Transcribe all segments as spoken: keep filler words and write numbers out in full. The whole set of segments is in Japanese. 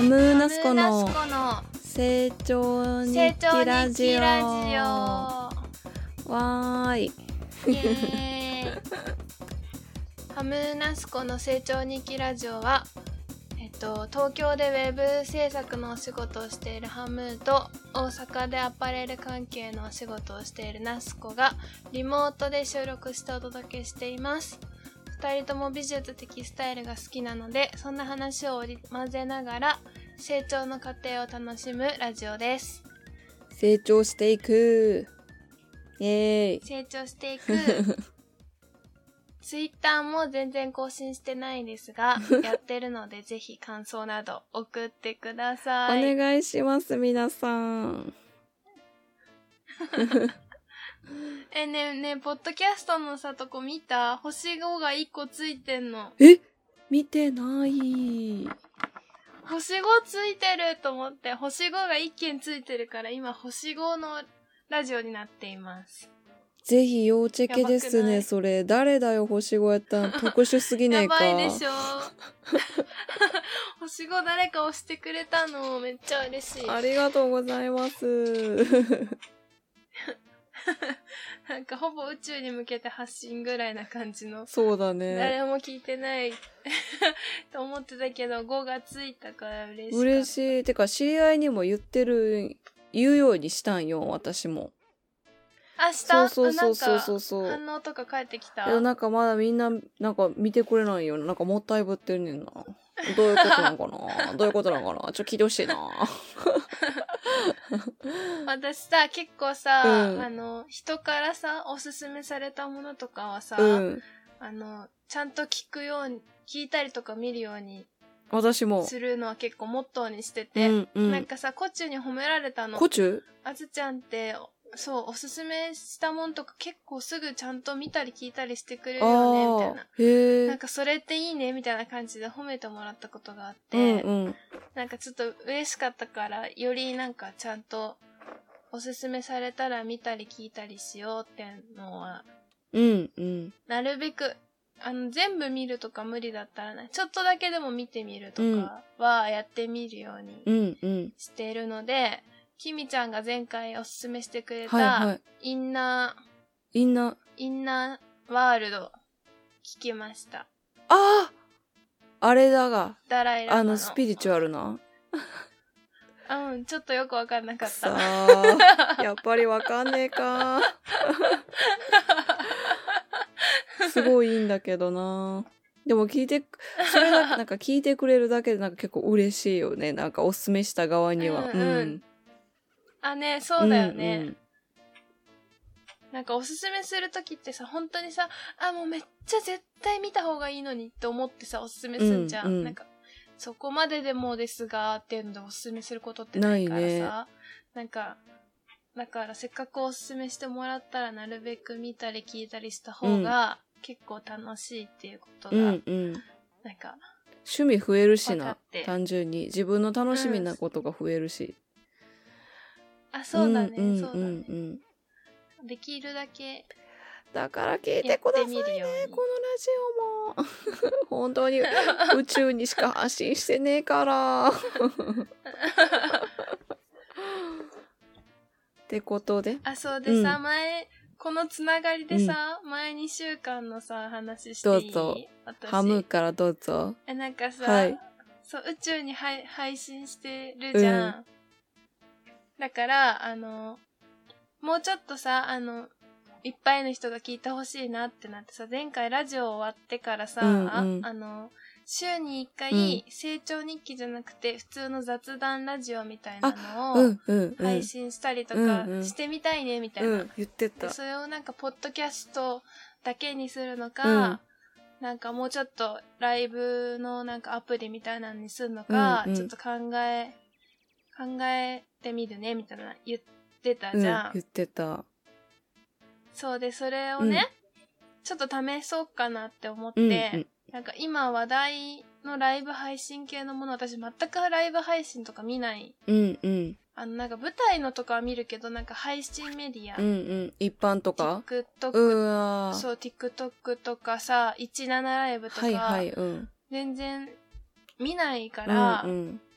ムーナスコのハムナス成長日成長記ラジオ。 日記ラジオわーい。 イエーイハムナスコの成長日記ラジオは、えっと、東京でウェブ制作のお仕事をしているハムーと大阪でアパレル関係のお仕事をしているナスコがリモートで収録してお届けしています。ふたりとも美術的スタイルが好きなので、そんな話を織り交ぜながら成長の過程を楽しむラジオです。 成長していく。イエーイ。 成長していく。ツイッターも全然更新してないですが、やってるのでぜひ感想など送ってください。 お願いします皆さん。 えねえねえポッドキャストのさとこ見た？星ごがいっこついてんの。 え、見てない。 星ごついてると思って、星ごがいっけんついてるから今星ごのラジオになっています。 ぜひ要チェケですね。それ誰だよ星ごやったの。特殊すぎないか。 やばいでしょ。星ご誰か押してくれたのめっちゃ嬉しい。 ありがとうございます。 なんかほぼ宇宙に向けて発信ぐらいな感じの。 そうだね。 誰も聞いてないと思ってたけどごがついたから嬉しかった。 嬉しい。てか知り合いにも言ってる、言うようにしたんよ、私も。 あ、したそうそうそうそうそう。 反応とか返ってきた？ いや、なんかまだみんな、なんか見てくれないよ。なんかもったいぶってるねんな。どういうことなのかなどういうことなのかなちょっと聞いてほしいな。 私さ、結構さ、 うん、 あの、人からさ、おすすめされたものとかはさ、 うん、 あの、ちゃんと聞くように、聞いたりとか見るように私も。 するのは結構モットーにしてて、 うんうん、 なんかさ、コチュに褒められたの。 コチュ？ あずちゃんって、そう、おすすめしたもんとか結構すぐちゃんと見たり聞いたりしてくれるよね、みたいな。 へなんかそれっていいね、みたいな感じで褒めてもらったことがあって、 うんうん、 なんかちょっと嬉しかったから、よりなんかちゃんとおすすめされたら見たり聞いたりしようってのは、 うんうん、 なるべく、あの、全部見るとか無理だったらね、ちょっとだけでも見てみるとかはやってみるようにしているので、うんうんきみちゃんが前回おすすめしてくれた、はいはい、インナー、インナー、 インナーワールド、聞きました。 あああれだが、 ダライラマのあのスピリチュアルな。 うん、ちょっとよくわかんなかった。さあ、やっぱりわかんねえか。すごいいいんだけどな。でも聞いて、それだけなんか聞いてくれるだけでなんか結構嬉しいよね。なんかおすすめした側には。 うん、うんうんあ、ね、そうだよね、 うんうん。 なんかおすすめするときってさ、本当にさ、あ、もうめっちゃ絶対見た方がいいのにって思ってさ、おすすめすんじゃん。うんうん、なんか、そこまででもですが、っていうのでおすすめすることってないからさ。ないね、なんか、だからせっかくおすすめしてもらったらなるべく見たり聞いたりした方が、結構楽しいっていうことが、うんうん、なんか、 趣味増えるしな、単純に。自分の楽しみなことが増えるし。 うん、あ、そうだね、 うんうんうんうん、 そうだね。できるだけ。 だから聞いてくださいね、このラジオも。本当に宇宙にしか発信してねえから。ってことで。 あ、そうでさ、うん、前、このつながりでさ、うん、前にしゅうかんのさ、話していい？ どうぞ。ハムからどうぞ。 え、なんかさ、はい、そう、宇宙に配信してるじゃん。うんだから、あの、もうちょっとさ、あの、いっぱいの人が聞いてほしいなってなってさ、前回ラジオ終わってからさ、うんうん、あの、週にいっかい、成長日記じゃなくて、普通の雑談ラジオみたいなのを、うんうんうん、配信したりとかしてみたいね、みたいな、うんうん。 言ってた。 それをなんか、ポッドキャストだけにするのか、うん、なんかもうちょっとライブのなんかアプリみたいなのにするのか、うんうん、ちょっと考え、考えてみるねみたいな言ってたじゃん、 うん、言ってた。 そうでそれをね、うん、ちょっと試そうかなって思って、うんうん、なんか今話題のライブ配信系のもの私全くライブ配信とか見ない、 うんうん、 あのなんか舞台のとかは見るけどなんか配信メディア、 うんうん、一般とか TikTok そう TikTok とかさじゅうななライブとか、 はいはいうん、 全然見ないから、 うんうん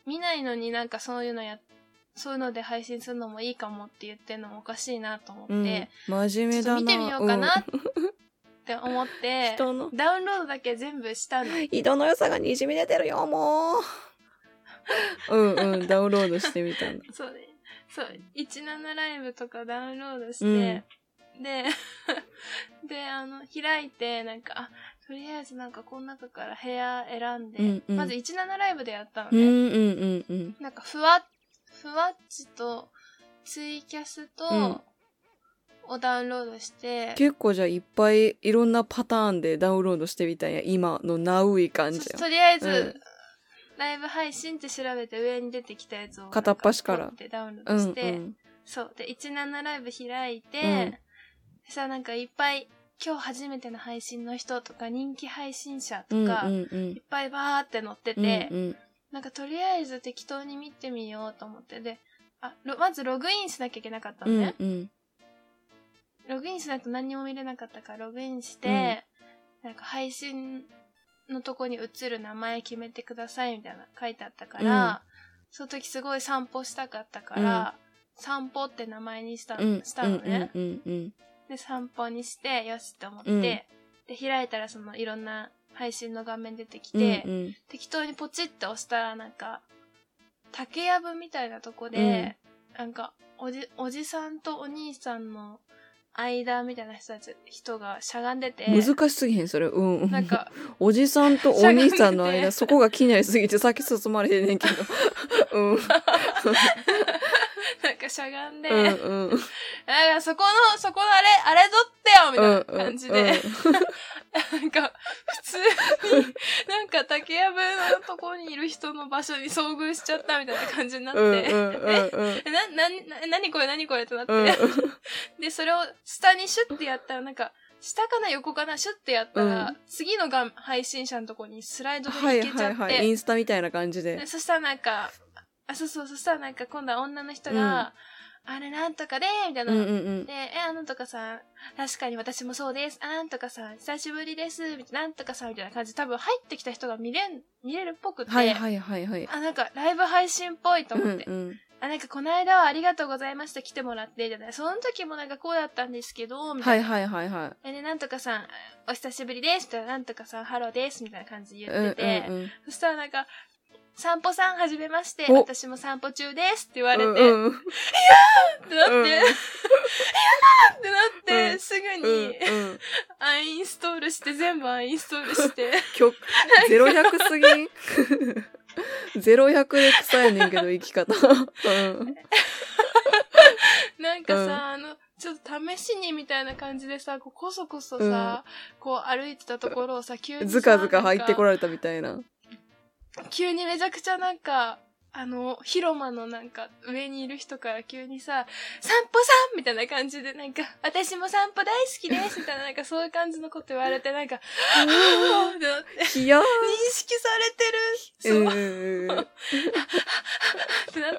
見ないのになんかそういうのやそういうので配信するのもいいかもって言ってるのもおかしいなと思って、うん、 真面目だな。 ちょっと見てみようかなって思って、 人のダウンロードだけ全部したの。 人の良さがにじみ出てるよもう。うんうんダウンロードしてみたんだ。 そうね。そうじゅうななライブとかダウンロードして、うん、でであの開いてなんかあとりあえずなんかこの中から部屋選んで、うんうん、まずじゅうななライブでやったのね。 うんうんうんうん、 なんかふわふわっちとツイキャスと、うんをダウンロードして、 結構じゃあいっぱいいろんなパターンでダウンロードしてみたんや。今のナウい感じよ。 とりあえず、うん、ライブ配信って調べて上に出てきたやつを片っ端からってダウンロードして、うんうん、そうでじゅうななライブ開いて、うん、でさなんかいっぱい今日初めての配信の人とか人気配信者とか、うんうんうん、いっぱいバーって載ってて、うんうん、なんかとりあえず適当に見てみようと思ってであまずログインしなきゃいけなかったのね。うんうんログインしないと何にも見れなかったからログインして、うん、なんか配信のとこに映る名前決めてくださいみたいな書いてあったから、うん、その時すごい散歩したかったから、うん、散歩って名前にした、うん、したのね、うんうんうんうん。で散歩にしてよしって思って、うん、で開いたらそのいろんな配信の画面出てきて、うんうん、適当にポチって押したらなんか竹やぶみたいなとこで、うん、なんかおじおじさんとお兄さんの間みたいな人たち人がしゃがんでて難しすぎへんそれうんなんかおじさんとお兄さんの間そこが気になりすぎて先進まれへんねんけどうんなんかしゃがんで、 うんうん、なんかそこのそこのあれあれ取ってよみたいな感じで、うんうんうん、なんか普通になんか竹やぶのとこにいる人の場所に遭遇しちゃったみたいな感じになって、うんうんうんうん、えななな何これ何これってなって、うんうん、でそれを下にシュッてやったらなんか下かな横かなシュッてやったら、うん、次のが配信者のとこにスライドでいけちゃって、はいはいはい、 インスタみたいな感じで、 でそしたらなんかあ、そうそう、そしたらなんか今度は女の人が、うん、あれなんとかで、みたいな、うんうんうん。で、え、あなんとかさん、確かに私もそうです。あなんとかさん、久しぶりです。みたいな、なんとかさん、みたいな感じで、多分入ってきた人が見れん、見れるっぽくて。 はいはいはいはい。 あ、なんかライブ配信っぽいと思って。うんうん、あ、なんかこの間はありがとうございました。来てもらって、じゃない。その時もなんかこうだったんですけど、みたいな。 はいはいはいはい。 え、で、なんとかさん、お久しぶりです。みたいな、なんとかさん、ハローです。みたいな感じで言ってて、うんうんうん、そしたらなんか、散歩さんはじめまして、私も散歩中ですって言われて、うんうん、いやーってなって、うん、いやーってなって、うん、すぐに、うん、アインストールして全部アインストールして。 ゼロひゃくすぎんゼロひゃくで臭いねんけど生き方。うん、 なんかさ、うん、あの、ちょっと試しにみたいな感じでさ、こうこそこそさ、うん、こう歩いてたところをさ、急にさ、 ずかずか入ってこられたみたいな。 急にめちゃくちゃなんか、あの、広間のなんか上にいる人から急にさ、散歩さんみたいな感じでなんか、私も散歩大好きですみたいななんかそういう感じのこと言われてなんか、はぁーってなって、 いやー認識されてるそう。ってなって、いいってなって、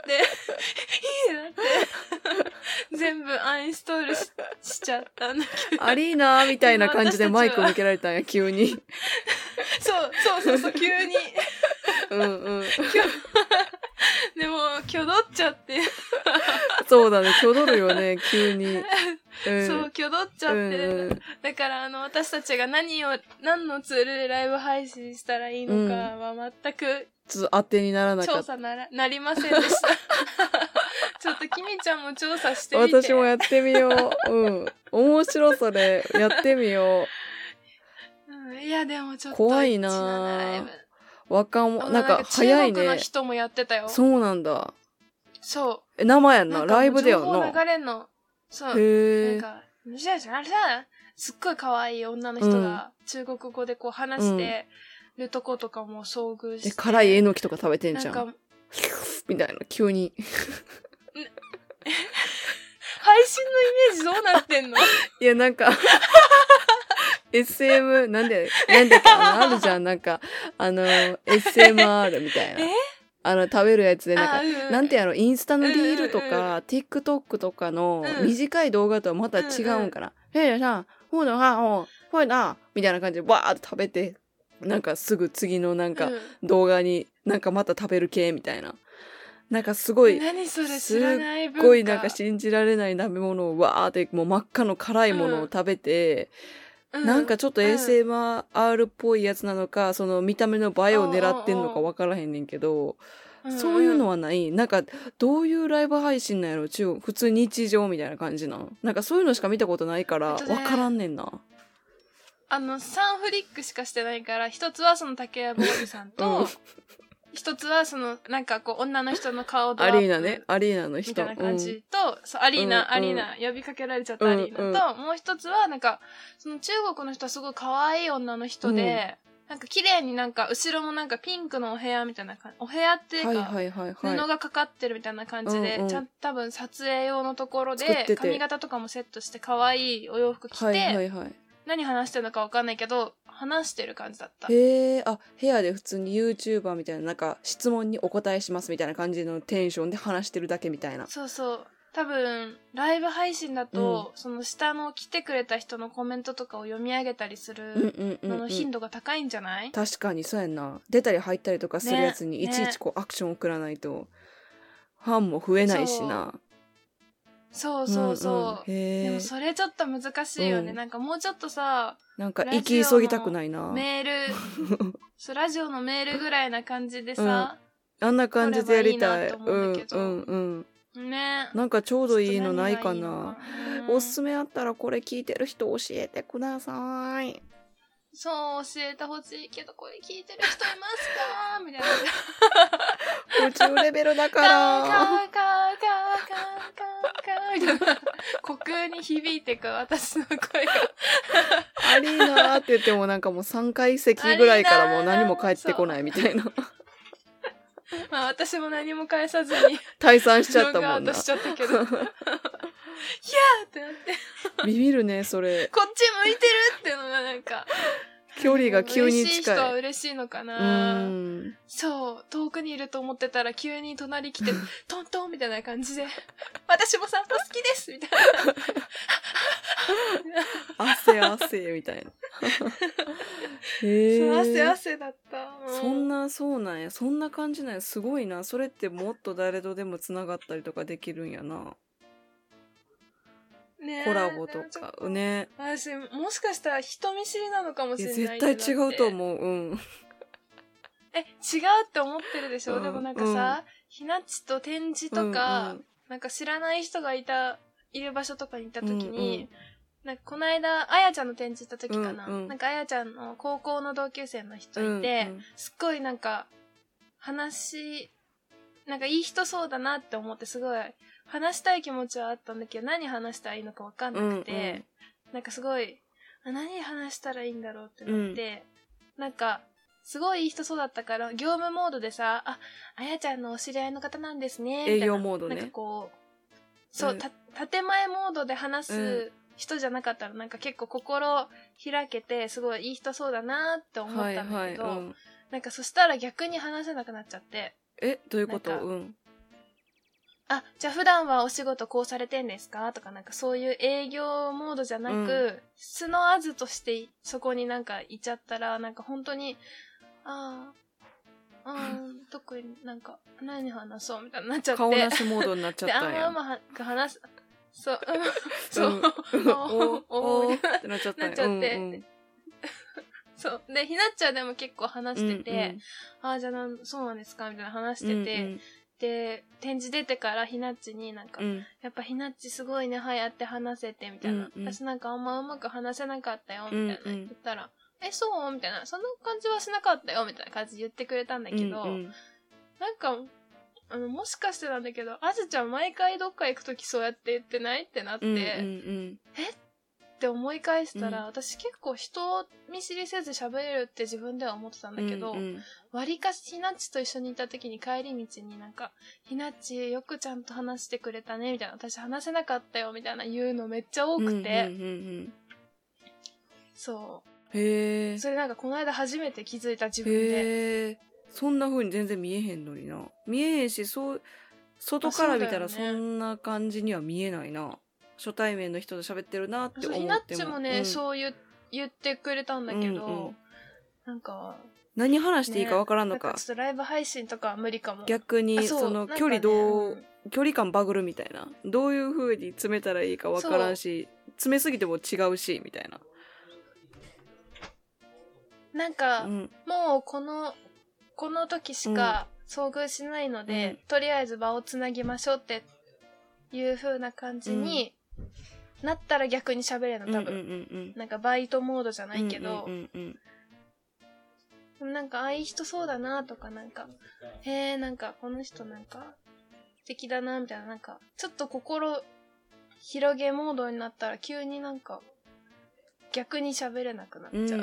全部アンインストール し, しちゃったんだけど。 アリーナーみたいな感じでマイク向けられたんや、急に。 そうそうそうそう、急に。 うんうん。 でも、挙動っちゃって。 そうだね、挙動るよね、急に。うん、 そう、挙動っちゃって。うん、だから、あの、私たちが何を、何のツールでライブ配信したらいいのかは全く、うん、 ちょっと当てにならなかった。 調査なら、なりませんでした。ちょっと、きみちゃんも調査してみて。 私もやってみよう。うん。面白それ、やってみよう。うん、いや、でもちょっと。 怖いなぁ。若者、なんか早いね。 中国の人もやってたよ。 そうなんだ。 そう。 え、生やんな。ライブだよな。 情報流れんの。そう。 へなんか、あれさ、すっごい可愛い女の人が中国語でこう話してるとことかも遭遇して。 え、辛いえのきとか食べてんじゃん。なんか、みたいな、急に。 配信のイメージどうなってんの？ いや、なんか、エスエム、なんで、なんでか、あるじゃん、なんか、あの、エスエムアール みたいな。 えあの、食べるやつで、なんか、 うん、 なんてやろ、インスタのリールとか、うんうん、TikTok とかの短い動画とはまた違うんかな。へいさん、ほうだは、ほう、ほうだ、みたいな感じで、わーって食べて、 なんかすぐ次のなんかうん動画になんかまた食べる系みたいな。なんかすごい、 何それす知らない文化。 っごいなんか信じられない食べ物をわーってもう真っ赤の辛いものを食べて、 うなんかちょっと エーエスエムアール っぽいやつなのか、その見た目の映えを狙ってんのか分からへんねんけど、 うんうんそういうのはない。なんかどういうライブ配信なんやろ、中国。普通日常みたいな感じなの。なんかそういうのしか見たことないからえっとね分からんねんな。 あのさんフリックしかしてないから、一つはその竹やぶおじさんうんと、一つはそのなんかこう女の人の顔ドアップアリーナね。アリーナの人。 みたいな感じと、そうアリーナ、 うんアリーナ呼びかけられちゃったアリーナと、もう一つはなんかその中国の人はすごい可愛い女の人で、なんか綺麗になんか後ろもなんかピンクのお部屋みたいな感じ、お部屋っていうか、 はいはいはいはい。 布がかかってるみたいな感じで、 うんうんちゃんと多分撮影用のところ作っててで髪型とかもセットして可愛いお洋服着て、 はいはいはい。 何話してるのか分かんないけど話してる感じだった。 へえ、あ、部屋で普通に YouTuber みたいな、なんか質問にお答えしますみたいな感じのテンションで話してるだけみたいな。 そうそう多分ライブ配信だと、その下の来てくれた人のコメントとかを読み上げたりすうんるうんうん、うん。 のの頻度が高いんじゃない？ 確かにそうやんな。出たり入ったりとかするやつにねいちいちこうアクション送らないと、ファンも増えないしな。 そうそうそう、 うんうん、へえ。 でもそれちょっと難しいよね、 うんなんかもうちょっとさ、 なんか生き急ぎたくないな。 メールそうラジオのメールぐらいな感じでさ、 あんな感じでやりたい。 取ればいいなと思うんだけどうんうんうん。 ね、 なんかちょうどいいのないかな。 ちょっと何がいいのかな。 おすすめあったらこれ聞いてる人教えてください。 そう教えてほしいけど、これ聞いてる人いますかみたいな。 宇宙レベルだかカーカら。 ーカーカーカーカーみたいな。虚空に響いてく私の声が。 アリーナーって言ってもなんかもうさんかい席ぐらいからもう何も返ってこないみたいな。 まあ私も何も返さずに退散しちゃったもんな。 ログアウトしちゃったけど。いやーってなって。 ビビるね、それ。 こっち向いてるっていうのがなんか。 距離が急に近い。 嬉しい人は嬉しいのかな。 うん。 そう、遠くにいると思ってたら急に隣来て、トントンみたいな感じで、私も散歩好きですみたいな。 汗汗みたいな。へえ。 そう汗汗だった。 そんな、そうなんや。そんな感じなんや。すごいな。それってもっと誰とでもつながったりとかできるんやな。 ね、 コラボとかね。 私もしかしたら人見知りなのかもしれない。 いや絶対違うと思う。うん。 え、違うって思ってるでしょ、うん、でもなんかさ、うん、ひなっちと展示とか、うんうん、なんか知らない人がいた、いる場所とかに行った時に、うんうん、なんかこの間、あやちゃんの展示行った時かな。うんうん、なんかあやちゃんの高校の同級生の人いて、うんうん、すっごいなんか、話、なんかいい人そうだなって思ってすごい、話したい気持ちはあったんだけど、何話したらいいのか分かんなくて、うんうん、なんかすごい、何話したらいいんだろうってなって、うん、なんか、すごいいい人そうだったから、業務モードでさ、あ、あやちゃんのお知り合いの方なんですね、みたいな。 営業モードね。 なんかこう、そう、うん、た、建前モードで話す人じゃなかったら、なんか結構心開けて、すごいいい人そうだなって思ったんだけど、はいはい、うん、なんかそしたら逆に話せなくなっちゃって。 え、どういうこと？うん。 あ、じゃあ普段はお仕事こうされてんですかとか、なんかそういう営業モードじゃなく、うん、素のあずとしてそこになんかいちゃったら、なんか本当に、ああ、うん、特になんか何話そうみたいになっちゃって。顔なしモードになっちゃったんや。 で、あんまま話す、そう、そう、うん、おおおってなっちゃったんや。 なっちゃって。うんうん、そう。で、ひなっちゃんでも結構話してて、うんうん、ああ、じゃあな、そうなんですかみたいな話してて、うんうん、で、展示出てからひなっちになんか、うん、やっぱひなっちすごいね、はやって話せて、みたいな、うんうん。私なんかあんまうまく話せなかったよ、みたいな言ったら、うんうん、え、そうみたいな。そんな感じはしなかったよ、みたいな感じで言ってくれたんだけど、うんうん、なんか、あの、もしかしてなんだけど、あずちゃん毎回どっか行くときそうやって言ってないってなって、うんうんうん、えって思い返したら、うん、私結構人見知りせず喋れるって自分では思ってたんだけど、わり、うんうん、かしひなっちと一緒にいた時に帰り道になんか、ひなっちよくちゃんと話してくれたね、みたいな。私話せなかったよ、みたいな言うのめっちゃ多くて。うんうんうんうん、そう。 へー。 それなんかこの間初めて気づいた自分で。 へー。そんな風に全然見えへんのにな。見えへんし、そう、外から見たらそんな感じには見えないな。初対面の人と喋ってるなって思っても。 ひなっちもね、うん、そう言、言ってくれたんだけど、うんうん、 なんか何話していいかわからんのか。 ね、なんかちょっとライブ配信とかは無理かも。 逆にその距離どう、ねうん、距離感バグるみたいな。どういう風に詰めたらいいかわからんし、詰めすぎても違うしみたいな。 なんか、うん、もうこのこの時しか遭遇しないので、うん、とりあえず場をつなぎましょうっていう風な感じに、うん、なったら逆に喋れるの多分、うんうんうん、なんかバイトモードじゃないけど、うんうんうんうん、でもなんかあいい人そうだなとかなんかへえなんかこの人なんか素敵だなみたいななんかちょっと心広げモードになったら急になんか逆に喋れなくなっちゃう。うんうんうんうん。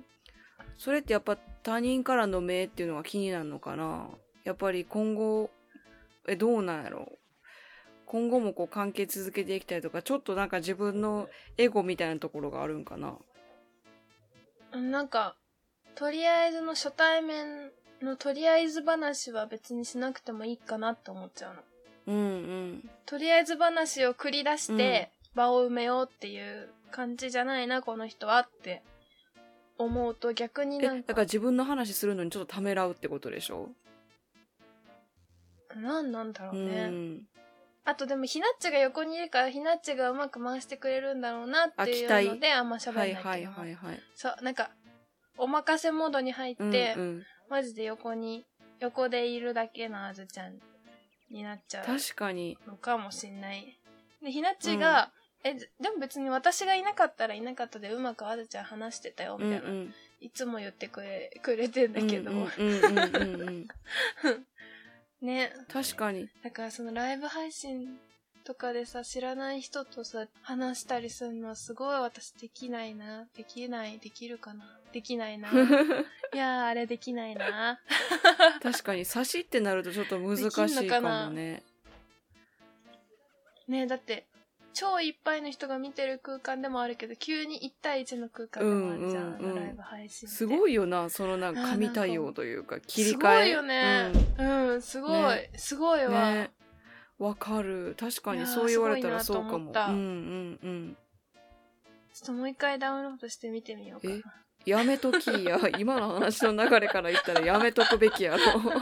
それってやっぱ他人からの目っていうのが気になるのかな。やっぱり今後えどうなんやろ。今後もこう関係続けていきたいとかちょっとなんか自分のエゴみたいなところがあるんかな。 なんかとりあえずの初対面のとりあえず話は別にしなくてもいいかなって思っちゃうの。うんうん。とりあえず話を繰り出して場を埋めようっていう感じじゃないなこの人はって思うと逆になんか。 えだから自分の話するのにちょっとためらうってことでしょ。 なんなんだろうね。うん、あとでもひなっちが横にいるからひなっちがうまく回してくれるんだろうなっていうのであんま喋んないけど、はいはいはいはい、そうなんかお任せモードに入って、うんうん、マジで横に横でいるだけのあずちゃんになっちゃう確かにのかもしんない。でひなっちが、うん、えでも別に私がいなかったらいなかったでうまくあずちゃん話してたよみたいな、うんうん、いつも言ってくれくれてんだけどね確かに。 だからそのライブ配信とかでさ知らない人とさ話したりするのはすごい私できないな。できないできるかなできないないやーあれできないな確かに差しってなるとちょっと難しいかもね。 ねだって超いっぱいの人が見てる空間でもあるけど急にいち対いちの空間でもあるじゃん、うんうんうん、ライブ配信ってすごいよなそのなんか神対応というか切り替えすごいよねうん、うん、すごい、ね、すごいわ、ねわかる確かにそう言われたらそうかもうんうんうんちょっともう一回ダウンロードして見てみようかな。 えやめときや今の話の流れから言ったらやめとくべきやろ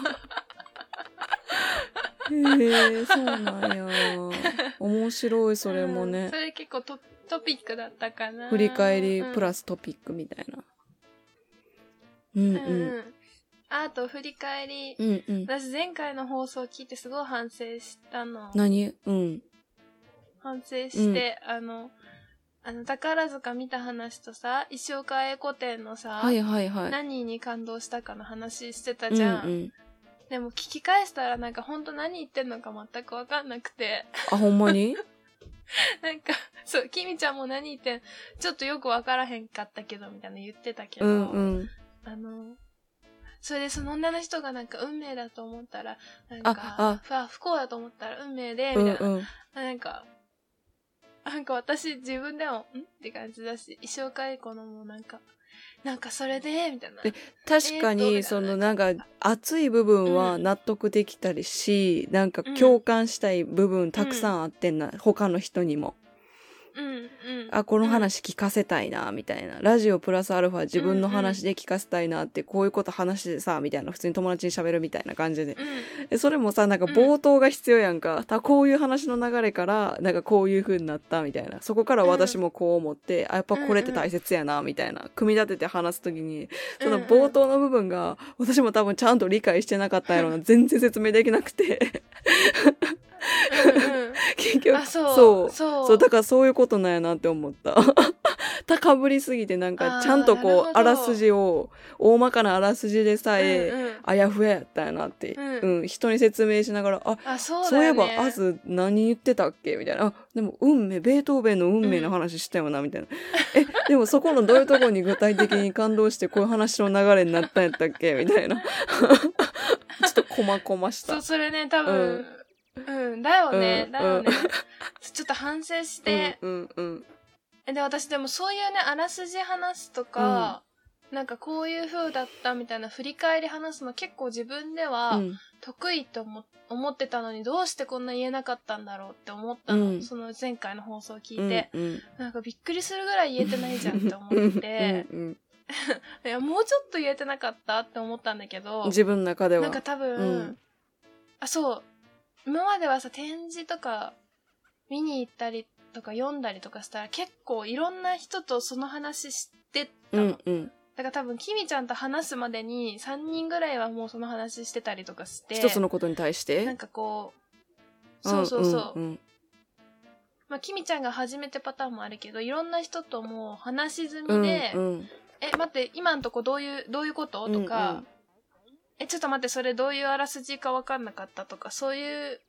へえそうなんや面白いそれもね、 うん、それ結構 ト, トピックだったかな。 振り返りプラストピックみたいな、うん、うんうん、うんうんあと振り返り、うんうん、私前回の放送を聞いてすごい反省したの。 何？うん。 反省して、うん、あの、あの宝塚見た話とさ、石岡英子展のさ、はいはいはい、何に感動したかの話してたじゃん。うんうん、でも聞き返したらなんかほんと何言ってんのか全く分かんなくて。 あ、ほんまに？ なんか、そう、きみちゃんも何言ってん、ちょっとよく分からへんかったけど、みたいな言ってたけど、うんうん、あの、それでその女の人がなんか運命だと思ったらなんか不不幸だと思ったら運命でみたいな、うんうん、なんかなんか私自分でもんって感じだし石岡英子のもなんかなんかそれでみたいなで確かにそのなんか熱い部分は納得できたりし、うん、なんか共感したい部分たくさんあってんな、うん、他の人にもうんうん、あこの話聞かせたいなみたいな、ラジオプラスアルファ自分の話で聞かせたいなって、こういうこと話してさみたいな普通に友達に喋るみたいな感じで、うん、でそれもさなんか冒頭が必要やんか、たこういう話の流れからなんかこういう風になったみたいな、そこから私もこう思って、うん、あやっぱこれって大切やなみたいな組み立てて話すときにその冒頭の部分が私も多分ちゃんと理解してなかったやろうな全然説明できなくてうんうん、結局そうそうそうそうだからそういうことなんやなって思った高ぶりすぎてなんかちゃんとこうあらすじを大まかなあらすじでさえ、うんうん、あやふややったんやなって、うんうん、人に説明しながら あ, あ そう, そういえばあず何言ってたっけみたいな、あでも運命ベートーベンの運命の話したよな、うん、みたいなえでもそこのどういうところに具体的に感動してこういう話の流れになったんやったっけみたいなちょっとこまこました。 そうそれね多分、うんうん、だよね、うん、だよね、うん、ちょっと反省して、うんうんうん、で私でもそういうねあらすじ話すとか、うん、なんかこういう風だったみたいな振り返り話すの結構自分では得意と 思, 思ってたのにどうしてこんな言えなかったんだろうって思ったの、うん、その前回の放送を聞いて、うんうん、なんかびっくりするぐらい言えてないじゃんって思ってうん、うんいやもうちょっと言えてなかったって思ったんだけど、 自分の中ではなんか多分、うん、あそう今まではさ展示とか見に行ったりとか読んだりとかしたら結構いろんな人とその話してたの、うんうん、だから多分きみちゃんと話すまでにさんにんぐらいはもうその話してたりとかして一つのことに対してなんかこうそうそうそう、うんうんうん、まあきみちゃんが初めてパターンもあるけどいろんな人ともう話し済みで、うんうん、え待って今んとこどういうどういうこととか、うんうん、えちょっと待ってそれどういうあらすじか分かんなかったとかそういう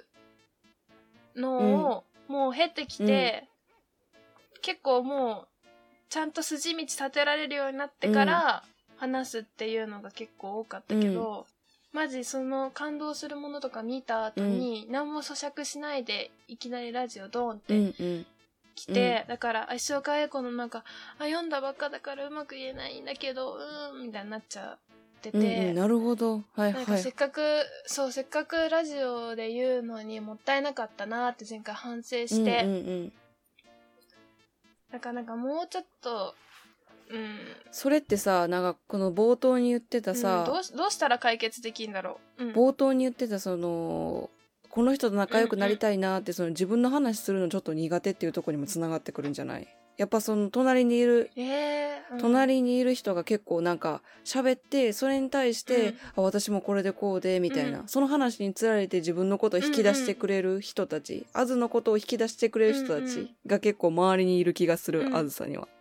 のをもう経てきて、うん、結構もうちゃんと筋道立てられるようになってから話すっていうのが結構多かったけど、うん、マジその感動するものとか見た後に何も咀嚼しないでいきなりラジオドーンって来て、うん、だから石岡英子のなんかあ読んだばっかだからうまく言えないんだけどうーんみたいになっちゃってて、うんうん、 なるほど、はいはい、 なんかせっかくそうせっかくラジオで言うのにもったいなかったなって前回反省して、うんうんうん、だからなんかもうちょっと、うん、 それってさなんかこの冒頭に言ってたさ、 うん、どう、どうしたら解決できるんだろう、うん、 冒頭に言ってたそのこの人と仲良くなりたいなって、うんうん、その自分の話するのちょっと苦手っていうところにもつながってくるんじゃない？やっぱその隣にいる、 えーうん、 隣にいる人が結構なんか喋ってそれに対して、うん、あ私もこれでこうでみたいな、うん、その話につられて自分のことを引き出してくれる人たち、あず、うんうん、のことを引き出してくれる人たちが結構周りにいる気がする、あずさには。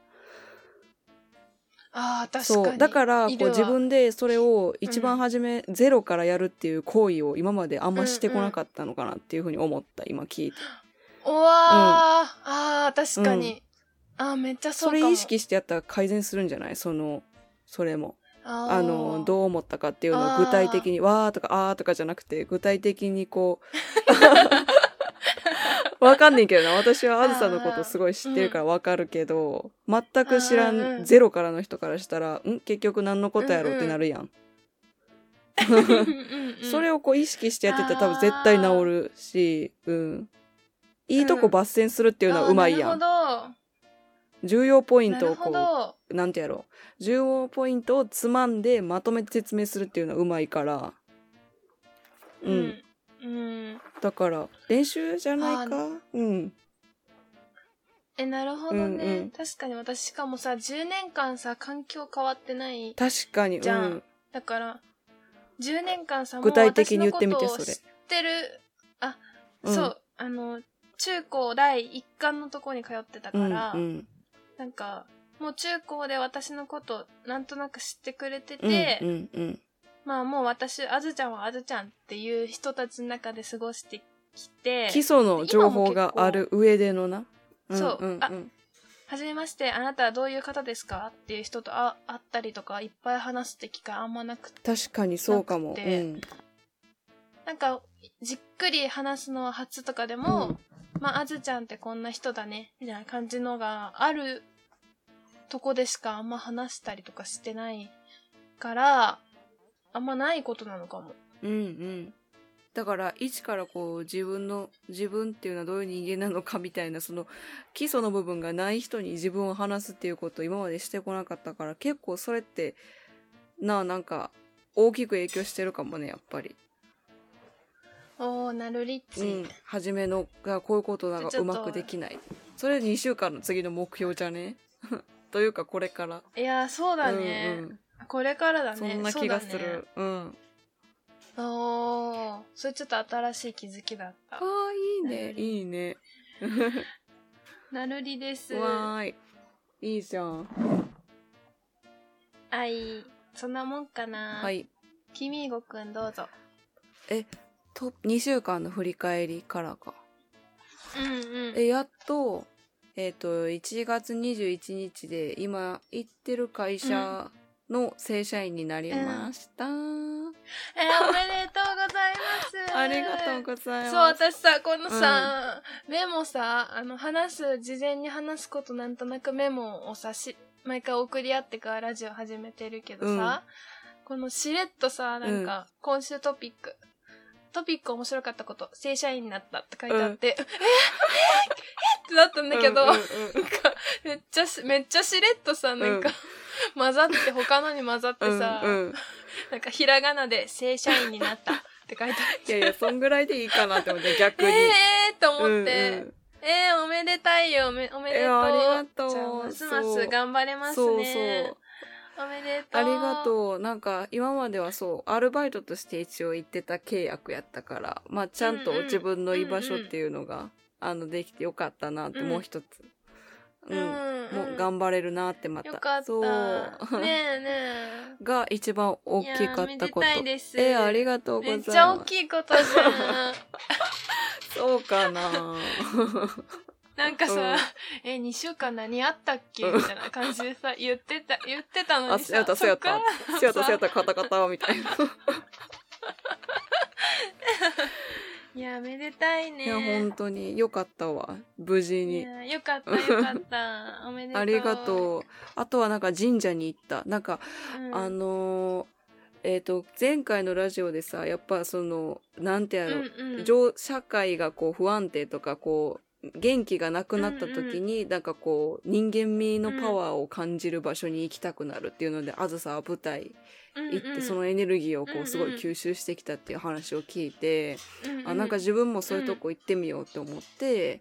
あー確かにそうだからこう自分でそれを一番初め、うん、ゼロからやるっていう行為を今まであんましてこなかったのかなっていうふうに思った今聞いて。 うわー、うん、あー確かに、うん、あめっちゃそうかも。 それ意識してやったら改善するんじゃない？そのそれもあのどう思ったかっていうのを具体的にわーとかあーとかじゃなくて具体的にこうわかんねえけどな、私はあずさのことすごい知ってるからわかるけど、うん、全く知らんゼロからの人からしたらん結局何のことやろうってなるやん、うんうん、それをこう意識してやってたら多分絶対治るし、うん、いいとこ抜粋するっていうのはうまいやん、うん、なるほど。重要ポイントをこうなんてやろう重要ポイントをつまんでまとめて説明するっていうのはうまいからうん、うん、だから練習じゃないか。うんえなるほどね、うんうん、確かに私しかもさじゅうねんかんさ環境変わってない確かにじゃん、うん、だからじゅうねんかんさ具体的に言ってみてそれ知ってるあ、うん、そうあの中高第一貫のとこに通ってたから、うんうんなんかもう中高で私のことなんとなく知ってくれてて、うんうんうん、まあもう私あずちゃんはあずちゃんっていう人たちの中で過ごしてきて基礎の情報がある上でのなそう、うんうんうん、あはじめましてあなたはどういう方ですかっていう人とあ会ったりとかいっぱい話すって機会あんまなくて確かにそうかも、うん、 なんかじっくり話すのは初とかでも、うんまあ、あずちゃんってこんな人だねみたいな感じのがあるとこでしかあんま話したりとかしてないからあんまないことなのかも。 うんうんだから一からこう自分の自分っていうのはどういう人間なのかみたいなその基礎の部分がない人に自分を話すっていうことを今までしてこなかったから結構それってなあなんか大きく影響してるかもねやっぱり。 おーなるリッチ、うん、 初めのがこういうことなんかうまくできないそれにしゅうかんの次の目標じゃねというかこれからいやそうだね、うんうん、これからだねそんな気がするう、ね、うんおーそれちょっと新しい気づきだったあーいいねいいねなるりですわーいいいじゃんあいそんなもんかなはいきみーごくんどうぞえとにしゅうかんの振り返りからかうんうんえやっとえっといちがつにじゅういちにちで今行ってる会社の正社員になりました、うん、 えー、おめでとうございますありがとうございますそう私さこのさ、うん、メモさあの話す事前に話すことなんとなくメモをさし毎回送り合ってからラジオ始めてるけどさ、うん、このしれっとさなんか、うん、今週トピックトピック面白かったこと正社員になったって書いてあって、うん、えー、えー、ってなったんだけど、うんうんうん、なんかめっちゃめっちゃしれっとさなんか、 混ざって他のに混ざってさ、 うんうん、 なんかひらがなで正社員になったって書いてある。 いやいやそんぐらいでいいかなって思って逆にえーと思って、うんうん、えー、おめでたいよ、おめでとう。 えー、ありがとう。 じゃあますます頑張れますね。そうそうおめでとう。 ありがとう。なんか今まではそうアルバイトとして一応行ってた契約やったから、まあちゃんと自分の居場所っていうのが、うんうん、あのできてよかったなって、うん、もう一つ、うん、うん、もう頑張れるなってまた。 よかった。そうねえねえ。 が一番大きかったこと。 いやめでたいです。 えー、ありがとうございます。 めっちゃ大きいことじゃん。 そうかな。 なんかさ、うん、え、にしゅうかん何あったっけみたいな感じでさ、言ってた、言ってたのにさ。あ、 そうやった、そうやった。そうやった、そうやった、カタカタ、みたいな。 いや、めでたいね。 いや、本当に。よかったわ。無事に。いや、よかった、よかった。おめでとう。 ありがとう。あとはなんか神社に行った。なんか、うん、あのー、えっと、前回のラジオでさ、やっぱその、なんてやろ、うんうん、社会がこう不安定とか、こう、元気がなくなった時に、うんうん、なんかこう人間味のパワーを感じる場所に行きたくなるっていうので、あずさは舞台行って、うんうん、そのエネルギーをこうすごい吸収してきたっていう話を聞いて、うんうん、あなんか自分もそういうとこ行ってみようと思って、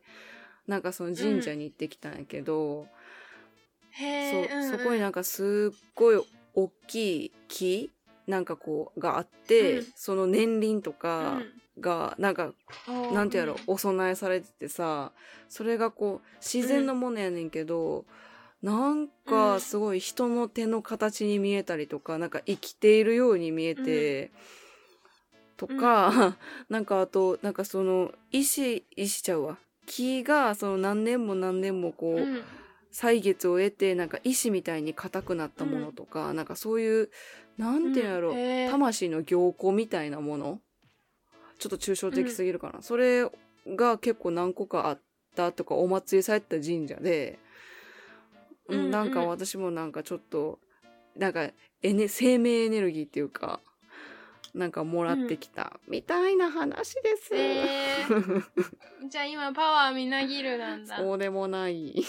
うん、なんかその神社に行ってきたんやけど、うん、そ, そこになんかすっごい大きい木なんかこうがあって、うん、その年輪とか、うんがなんかなんてやろうお供えされててさ、それがこう自然のものやねんけど、うん、なんかすごい人の手の形に見えたりとか、なんか生きているように見えて、うん、とか、うん、なんかあとなんかその石石ちゃうわ木がその何年も何年もこう、うん、歳月を得てなんか石みたいに硬くなったものとか、うん、なんかそういうなんてやろう、うん、魂の凝固みたいなもの、ちょっと抽象的すぎるかな、うん、それが結構何個かあったとかお祭りされてた神社で、うんうん、なんか私もなんかちょっとなんかエネ生命エネルギーっていうかなんかもらってきたみたいな話です、うんえー、じゃあ今パワーみなぎるなんだ。 そうでもない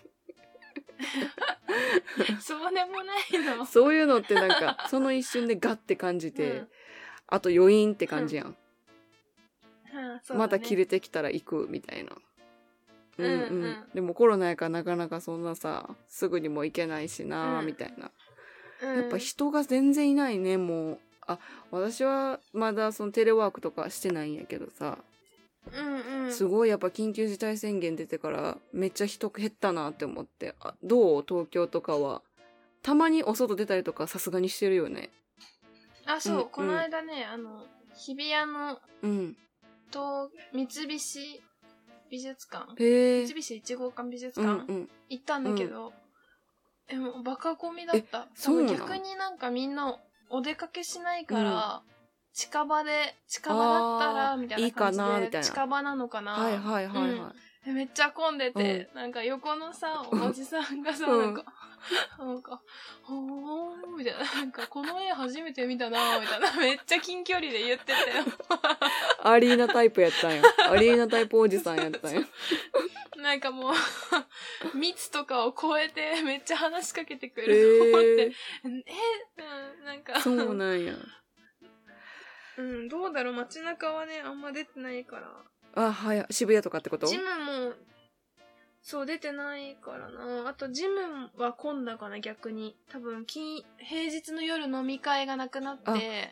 そうでもないの。 そういうのってなんかその一瞬でガッて感じて、うん、あと余韻って感じやん、うんね、また切れてきたら行くみたいな、うんうん、うんうん、でもコロナやからなかなかそんなさすぐにも行けないしな、うん、みたいな、うん、やっぱ人が全然いないね。もうあ私はまだそのテレワークとかしてないんやけどさ、うんうん、すごいやっぱ緊急事態宣言出てからめっちゃ人減ったなって思って。あどう東京とかはたまにお外出たりとかさすがにしてるよね。 あそう、うん、この間ね、あの日比谷の、うんと三菱美術館、三菱一号館美術館、うんうん、行ったんだけど、うん、えもうバカゴミだった。そう逆になんかみんなお出かけしないから、うん、近場で近場だったらみたいな感じでいいかなみたいな近場なのかな。はいはいはいはい。うん、めっちゃ混んでて、うん、なんか横のさおじさんがさ、うん、なんかなんかほーみたいな、なんかこの絵初めて見たなみたいなめっちゃ近距離で言ってたよ。 アリーナタイプやったんよ。アリーナタイプおじさんやったんよ。 なんかもう密とかを超えてめっちゃ話しかけてくると思って、えー、えなんかそうなんや。 うんどうだろう、街中はねあんま出てないから。 あはい、渋谷とかってこと？ ジムもそう出てないからな。あとジムは混んだかな逆に。多分金平日の夜飲み会がなくなって、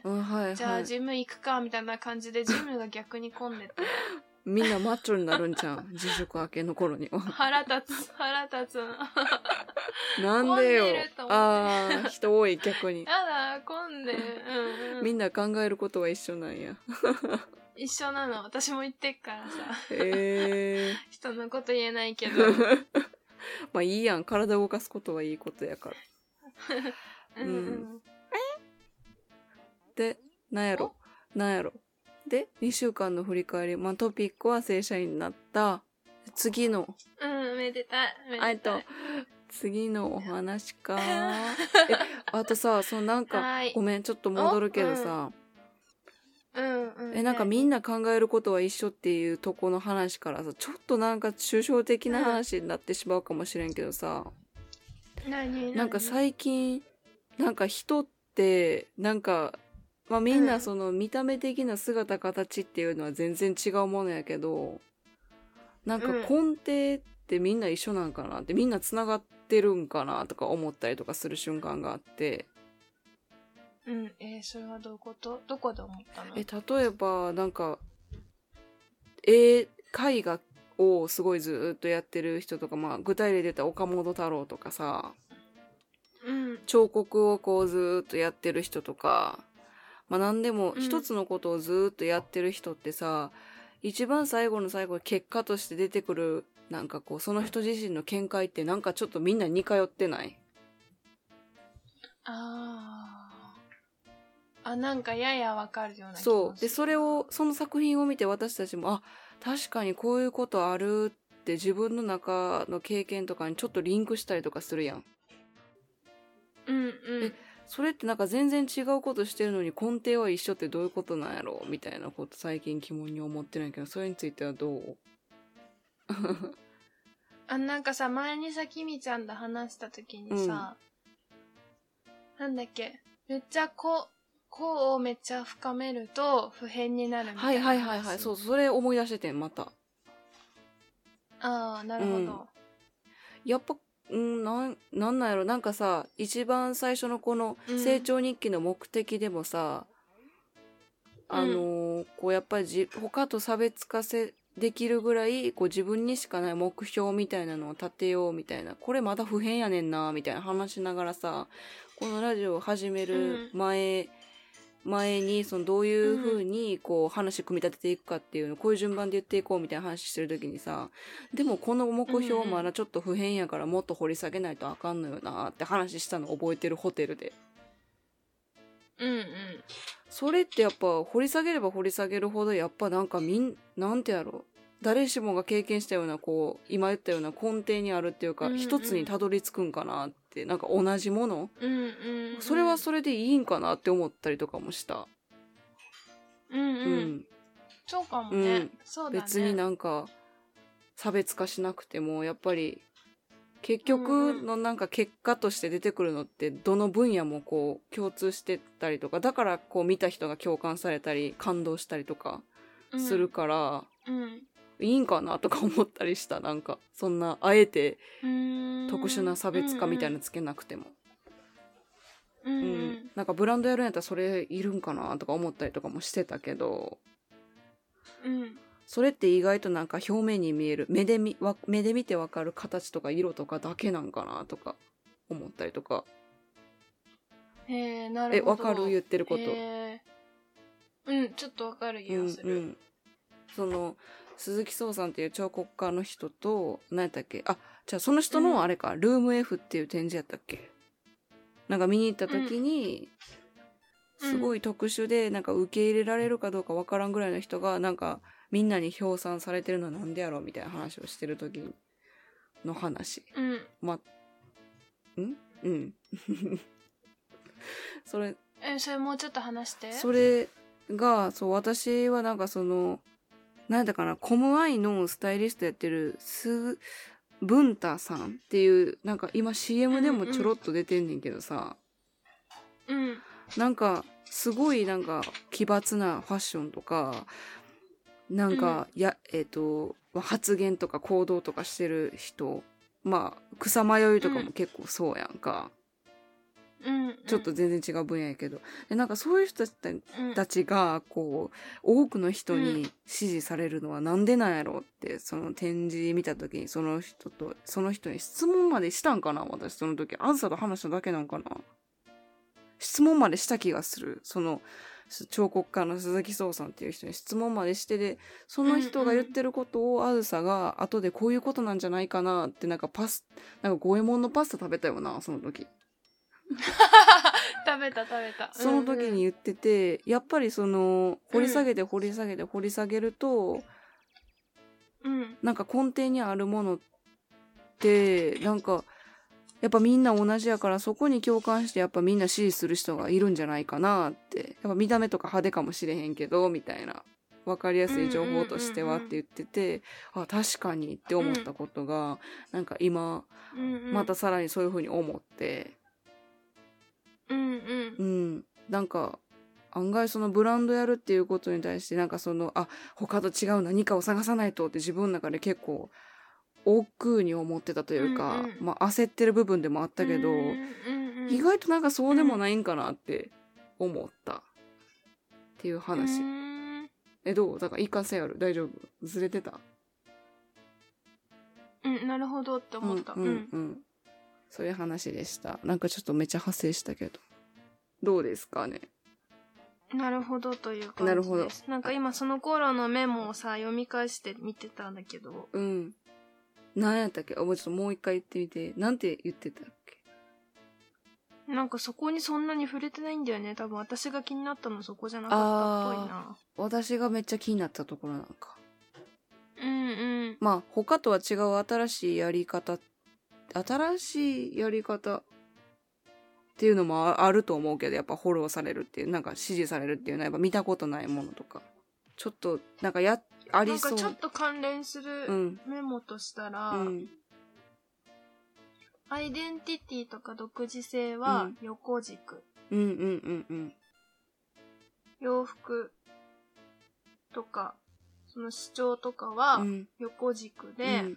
うんはいはい、じゃあジム行くかみたいな感じでジムが逆に混んでて。 みんなマッチョになるんちゃう自粛明けの頃には。 腹立つ腹立つ。 なんでよ。ああ人多い逆に。 やだ混んで、うんうん、 みんな考えることは一緒なんや。 一緒なの。私も言ってっからさ。 へえ。 人のこと言えないけど。 まあいいやん。体動かすことはいいことやから。 うん、うん。 で、なんやろなんやろで、にしゅうかんの振り返り。まあトピックは正社員になった。次の。 うん、めでたい。めでたい。 あと、次のお話か。え、あとさ、そのなんか、ごめん、ちょっと戻るけどさ。うんうん、えなんかみんな考えることは一緒っていうとこの話からさちょっとなんか抽象的な話になってしまうかもしれんけどさ、 何なんか最近なんか人ってなんかまあみんなその見た目的な姿形っていうのは全然違うものやけど、なんか根底ってみんな一緒なんかなって、みんなつながってるんかなとか思ったりとかする瞬間があって。 うん、えー、それはどういうこと？どこで思ったの？ え例えばなんか絵絵画をすごいずっとやってる人とか、まあ具体例で言ったら岡本太郎とかさ、 うん、 彫刻をこうずっとやってる人とか、まあ何でも一つのことをずっとやってる人ってさ、うん、一番最後の最後に結果として出てくるなんかこうその人自身の見解ってなんかちょっとみんな似通ってない？ あーあ、なんかややわかるような気がする。 そうで、それをその作品を見て私たちもあ確かにこういうことあるって自分の中の経験とかにちょっとリンクしたりとかするやん。 うんうん。 えそれってなんか全然違うことしてるのに根底は一緒ってどういうことなんやろみたいなこと最近疑問に思ってないけど、それについてはどう？ あ、なんかさ、前にさきみちゃんと話した時にさ、うん、なんだっけ、めっちゃこうこうをめっちゃ深めると普遍になるみたいな。 はいはいはいはい、そうそれ思い出しててんまた。 ああなるほど、うん、 やっぱうんなんなんなんやろ、なんかさ一番最初のこの成長日記の目的でもさ、うん、あのー、こうやっぱりじ他と差別化せできるぐらいこう自分にしかない目標みたいなのを立てようみたいな、これまだ不変やねんなみたいな話しながらさ、このラジオを始める前、うん前にそのどういう風にこう話組み立てていくかっていうのをこういう順番で言っていこうみたいな話してる時にさ、でもこの目標まだちょっと不変やからもっと掘り下げないとあかんのよなって話したの覚えてる、ホテルで。 うんうん。 それってやっぱ掘り下げれば掘り下げるほどやっぱなんかみんなんてやろう、誰しもが経験したようなこう今言ったような根底にあるっていうか、うんうん、一つにたどり着くんかなって、なんか同じもの、 うんうんうん、 それはそれでいいんかなって思ったりとかもした。 うんうん、うん、そうかもね、うん、そうだね。 別になんか差別化しなくてもやっぱり結局のなんか結果として出てくるのってどの分野もこう共通してたりとか、だからこう見た人が共感されたり感動したりとかするから、 うんうんいいんかなとか思ったりした。なんかそんなあえて特殊な差別化みたいなのつけなくても、 うんうんうんうん、なんかブランドやるんやったらそれいるんかなとか思ったりとかもしてたけど、 うん、 それって意外となんか表面に見える目で見わ目で見てわかる形とか色とかだけなんかなとか思ったりとか。 へー、なるほど。 え、わかる言ってること。 へー、うん、ちょっとわかる気がする、 うんうん、その鈴木壮さんっていう彫刻家の人と何やったっけ、あ、じゃあその人のあれか、うん、ルーム F っていう展示やったっけ、なんか見に行った時に、うん、すごい特殊でなんか受け入れられるかどうかわからんぐらいの人がなんかみんなに評賛されてるのはなんでやろうみたいな話をしてる時の話、 うん、 まんうんそれえそれもうちょっと話して。 それがそう私はなんかそのなんだかな、コムアイのスタイリストやってるスブンタさんっていうなんか今 シーエム でもちょろっと出てんねんけどさ、 うんうん、 なんかすごいなんか奇抜なファッションとかなんか、うん、やえっ、ー、と発言とか行動とかしてる人、まあ草迷いとかも結構そうやんか、 うんうん、 ちょっと全然違う分野やけど、でなんかそういう人たちがこう多くの人に支持されるのはなんでなんやろうって、その展示見た時にその人とその人に質問までしたんかな。私その時あずさと話しただけなんかな、質問までした気がする。その彫刻家の鈴木壮さんっていう人に質問までして、でその人が言ってることをあずさが後でこういうことなんじゃないかなってなんかパスなんか五右衛門のパスタ食べたよなその時食べた食べた。 その時に言ってて、うんうん、やっぱりその掘り下げて掘り下げて掘り下げると、 うん、 なんか根底にあるものってなんかやっぱみんな同じやから、そこに共感してやっぱみんな支持する人がいるんじゃないかなって。やっぱ見た目とか派手かもしれへんけどみたいな。 分かりやすい情報としてはって言ってて、あ確かにって思ったことが、うん、なんか今、うんうん、またさらにそういう風に思って、 うんうん、 うん、なんか案外そのブランドやるっていうことに対してなんかそのあ他と違う何かを探さないとって自分の中で結構億劫に思ってたというか、うんうん、まあ焦ってる部分でもあったけど、うんうんうん、意外となんかそうでもないんかなって思ったっていう話。うん、えどうだから一貫性ある大丈夫ずれてた？ うんなるほどって思った。 うんうんうん。そういう話でした。なんかちょっとめっちゃ派生したけどどうですかね。 なるほどという感じです。なるほど。なんか今その頃のメモをさ読み返して見てたんだけど。 うん。何やったっけ？あ、もうちょっともう一回言ってみて。なんて言ってたっけ？ なんかそこにそんなに触れてないんだよね。多分私が気になったのそこじゃなかったっぽいな。 私がめっちゃ気になったところなんか。 うんうん。 まあ他とは違う新しいやり方、新しいやり方っていうのもあると思うけど、やっぱフォローされるっていう、なんか支持されるっていうのはやっぱ見たことないものとか。ちょっとなんかやありそう。 なんかちょっと関連するメモとしたら、うん、アイデンティティとか独自性は横軸。 うんうんうんうん。 洋服とかその主張とかは横軸で、うん、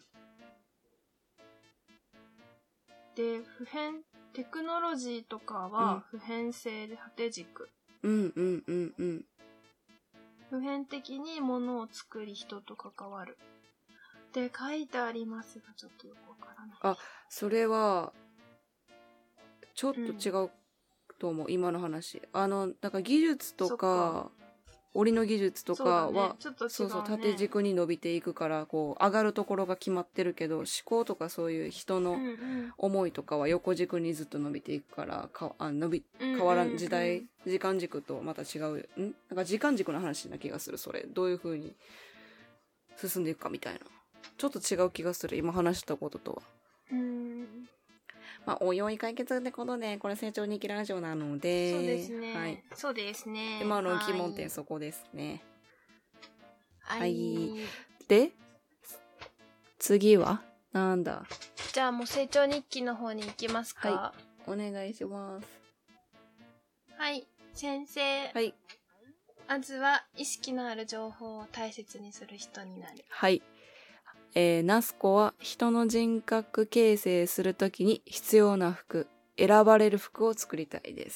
で普遍テクノロジーとかは普遍性で縦軸。 うんうんうんうん。 普遍的にものを作り人と関わるって書いてありますがちょっとよくわからない。 あ、それはちょっと違うと思う、うん、今の話。あのなんか技術とか織の技術とかはそう、ねね、そうそう縦軸に伸びていくからこう上がるところが決まってるけど、思考とかそういう人の思いとかは横軸にずっと伸びていくからかあ伸び変わらん、時代時間軸とまた違う、んなんか時間軸の話な気がする。それどういう風に進んでいくかみたいなちょっと違う気がする今話したこととは。 うーんまあ、おいおい解決ってことで、これ成長日記ラジオなので。 そうですね。はい。そうですね。 今の疑問点そこですね。 はい。はい、 で、次はなんだ？ じゃあもう成長日記の方に行きますか。 はい。お願いします。 はい。先生。 はい。 まずは意識のある情報を大切にする人になる。 はい。えー、ナスコは人の人格形成するときに必要な服、選ばれる服を作りたいです。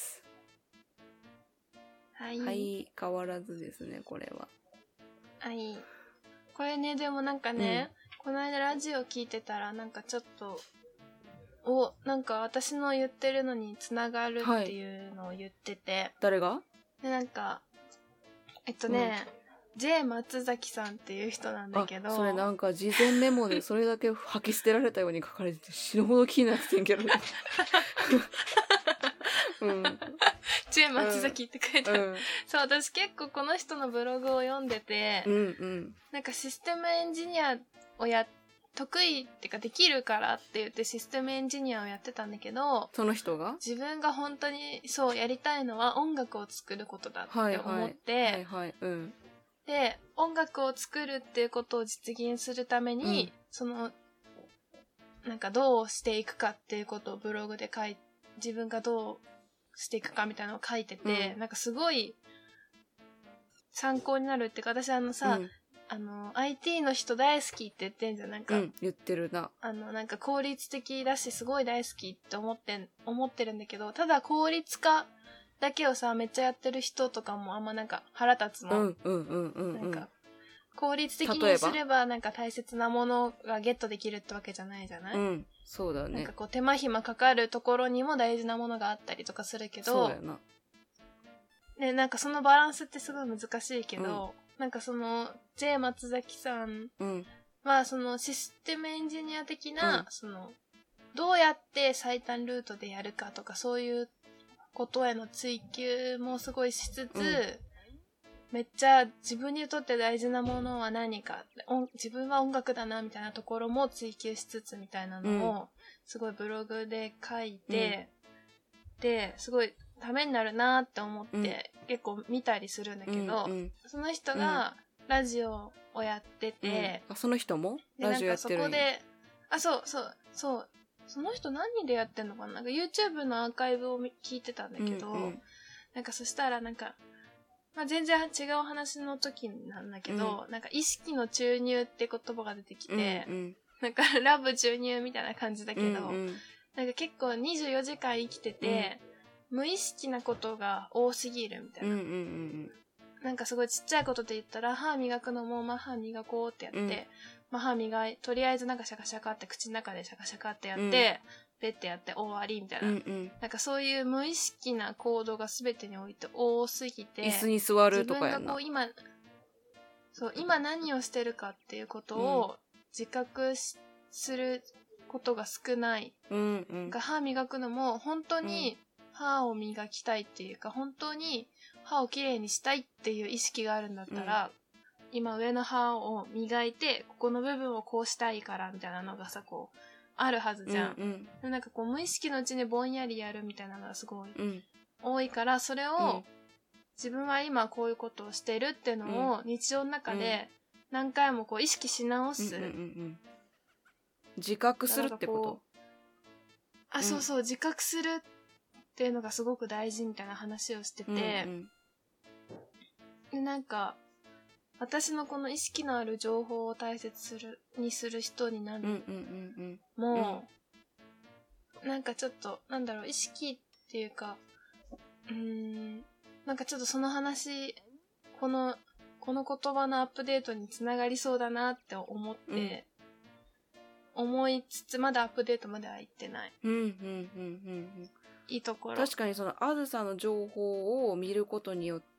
はい。 はい、変わらずですね、これは。 はい。これね、でもなんかね、うん、この間ラジオ聞いてたらなんかちょっと、お、なんか私の言ってるのにつながるっていうのを言ってて。はい、 誰が？ で、なんか、えっとね、うんJ 松崎さんっていう人なんだけど、 それなんか事前メモでそれだけ吐き捨てられたように書かれてて死ぬほど気になってんけど、うん、 J 松崎って書いてある、うん、そう私結構この人のブログを読んでて、 うんうん、 なんかシステムエンジニアをや得意ってかできるからって言ってシステムエンジニアをやってたんだけど、 その人が自分が本当にそうやりたいのは音楽を作ることだって思って、はいはいはいはいうん、で音楽を作るっていうことを実現するために、うん、そのなんかどうしていくかっていうことをブログで書いて自分がどうしていくかみたいなのを書いてて、うん、なんかすごい参考になるっていうか私あのさ、うん、あの アイティー の人大好きって言ってんじゃんなんか、うん、 言ってるなあのなんか効率的だしすごい大好きって思って思ってるんだけどただ効率化だけをさめっちゃやってる人とかもあんまなんか腹立つの。 うんうんうんうん、うん、 なんか効率的にすればなんか大切なものがゲットできるってわけじゃないじゃない？ うん、そうだね。 なんかこう手間暇かかるところにも大事なものがあったりとかするけど、 そうだよな。 ね、なんかそのバランスってすごい難しいけど、うん、なんかその J 松崎さんはそのシステムエンジニア的な、うん、そのどうやって最短ルートでやるかとかそういうことへの追求もすごいしつつ、うん、めっちゃ自分にとって大事なものは何か自分は音楽だなみたいなところも追求しつつみたいなのをすごいブログで書いて、うん、ですごいためになるなって思って、うん、結構見たりするんだけど、うんうん、その人が、 ラジオをやってて、 うん、あその人もラジオやってるんや。 なんかそこで、あ、そうそうそう、その人何でやってんのかな、なんか YouTube のアーカイブを聞いてたんだけど、うんうん、なんかそしたらなんか、まあ、全然違う話の時なんだけど、うん、なんか意識の注入って言葉が出てきて、うんうん、なんかラブ注入みたいな感じだけど、うんうん、なんか結構にじゅうよじかん生きてて、うん、無意識なことが多すぎるみたいな。うんうんうん、なんかすごいちっちゃいことで言ったら、歯磨くのも、まあ、歯磨こうってやって、うん、まあ、歯磨い、とりあえずなんかシャカシャカって口の中でシャカシャカってやって、うん、ペッてやって終わりみたいな、うんうん。なんかそういう無意識な行動が全てにおいて多すぎて、 椅子に座るとかやな。 自分がこう今、そう、今何をしてるかっていうことを自覚し、することが少ない。うんうん、歯磨くのも本当に歯を磨きたいっていうか、本当に歯をきれいにしたいっていう意識があるんだったら、うん、今上の歯を磨いてここの部分をこうしたいからみたいなのがさ、こうあるはずじゃん、うんうん、なんかこう無意識のうちにぼんやりやるみたいなのがすごい、うん、多いから、それを、うん、自分は今こういうことをしてるっていうのを日常の中で何回もこう意識し直す、うんうんうんうん、 自覚するってこと？ あ、そうそう、自覚するっていうのがすごく大事みたいな話をしてて、うんうん、でなんか私のこの意識のある情報を大切するにする人になる、うんうんうんうん、もう、うん、なんかちょっとなんだろう、意識っていうか、うーん、なんかちょっとその話、このこの言葉のアップデートにつながりそうだなって思って、うん、思いつつまだアップデートまでは行ってない。うんうんうんうん。いいところ。 確かにそのあずさの情報を見ることによって、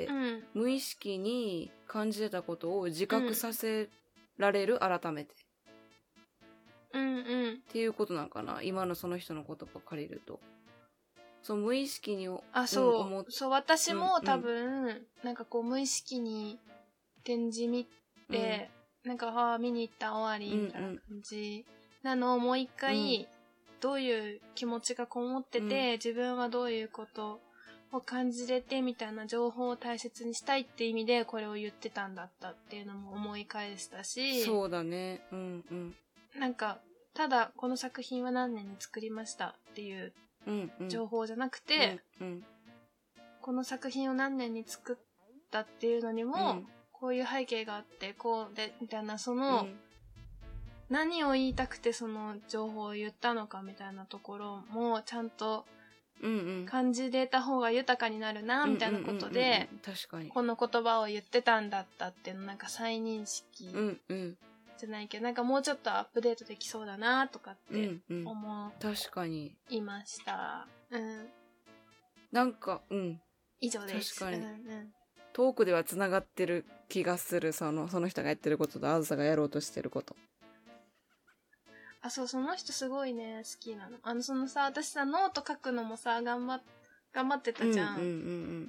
うん、無意識に感じてたことを自覚させられる、うん、改めて。うんうん。っていうことなんかな。今のその人の言葉を借りると。そう無意識にあ、そう、うん、そう私も多分、うん、なんかこう無意識に展示見て、うん、なんかあ見に行った終わりみたいな感じなのをもう一回、うん、どういう気持ちがこもってて、うん、自分はどういうことを感じれてみたいな情報を大切にしたいって意味でこれを言ってたんだったっていうのも思い返したし、 そうだね、うんうん、 なんかただこの作品は何年に作りましたっていう情報じゃなくて、うんうん、この作品を何年に作ったっていうのにも、うん、こういう背景があってこうでみたいな、その、うん、何を言いたくてその情報を言ったのかみたいなところもちゃんと感じれた方が豊かになるなみたいなことで、この言葉を言ってたんだったっていうのなんか再認識じゃないけど、なんかもうちょっとアップデートできそうだなとかって思いました。うん、うん、 なんかうん以上です。 確かに、 うんうん、 トークではつながってる気がする、そのその人がやってることとあずさがやろうとしてること。 あ、そう、その人すごいね好きなの。あのそのさ、私さノート書くのもさ頑張っ頑張ってたじゃん。うんうんうんうん、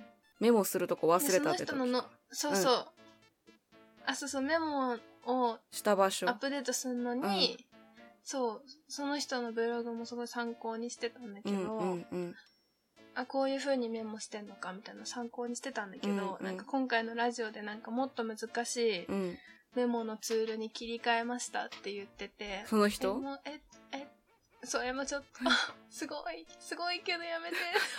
メモするとこ忘れたって時。 その人ののそうそう、うん、あそうそうメモをした場所アップデートするのに、うん、そうその人のブログもすごい参考にしてたんだけど、うんうんうん、あこういう風にメモしてんのかみたいな参考にしてたんだけど、うんうん、なんか今回のラジオでなんかもっと難しいメモのツールに切り替えましたって言ってて、 その人えええそれもちょっとすごいすごいけどやめて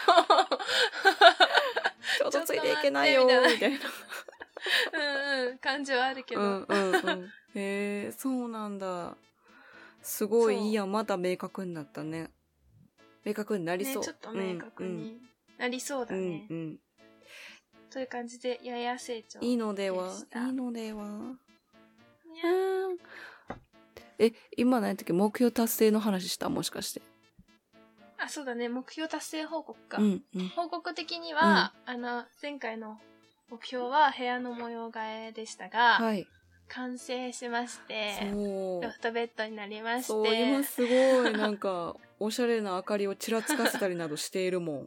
ちょっとついていけないよみたいなうんうん感じはあるけど、うんうんうん、 へえそうなんだ、すごいいいや、まだ明確になったね。明確になりそう、ね、 ちょっと明確になりそうだね、うんうん、という感じでやや成長いいのではいいのではうんえ今何やったっけ、目標達成の話したもしかして。 あそうだね、目標達成報告か、うんうん、報告的には、うん、あの前回の目標は部屋の模様替えでしたが、はい、完成しまして、ロフトベッドになりまして、 そう今すごいなんかおしゃれな明かりをちらつかせたりなどしているもん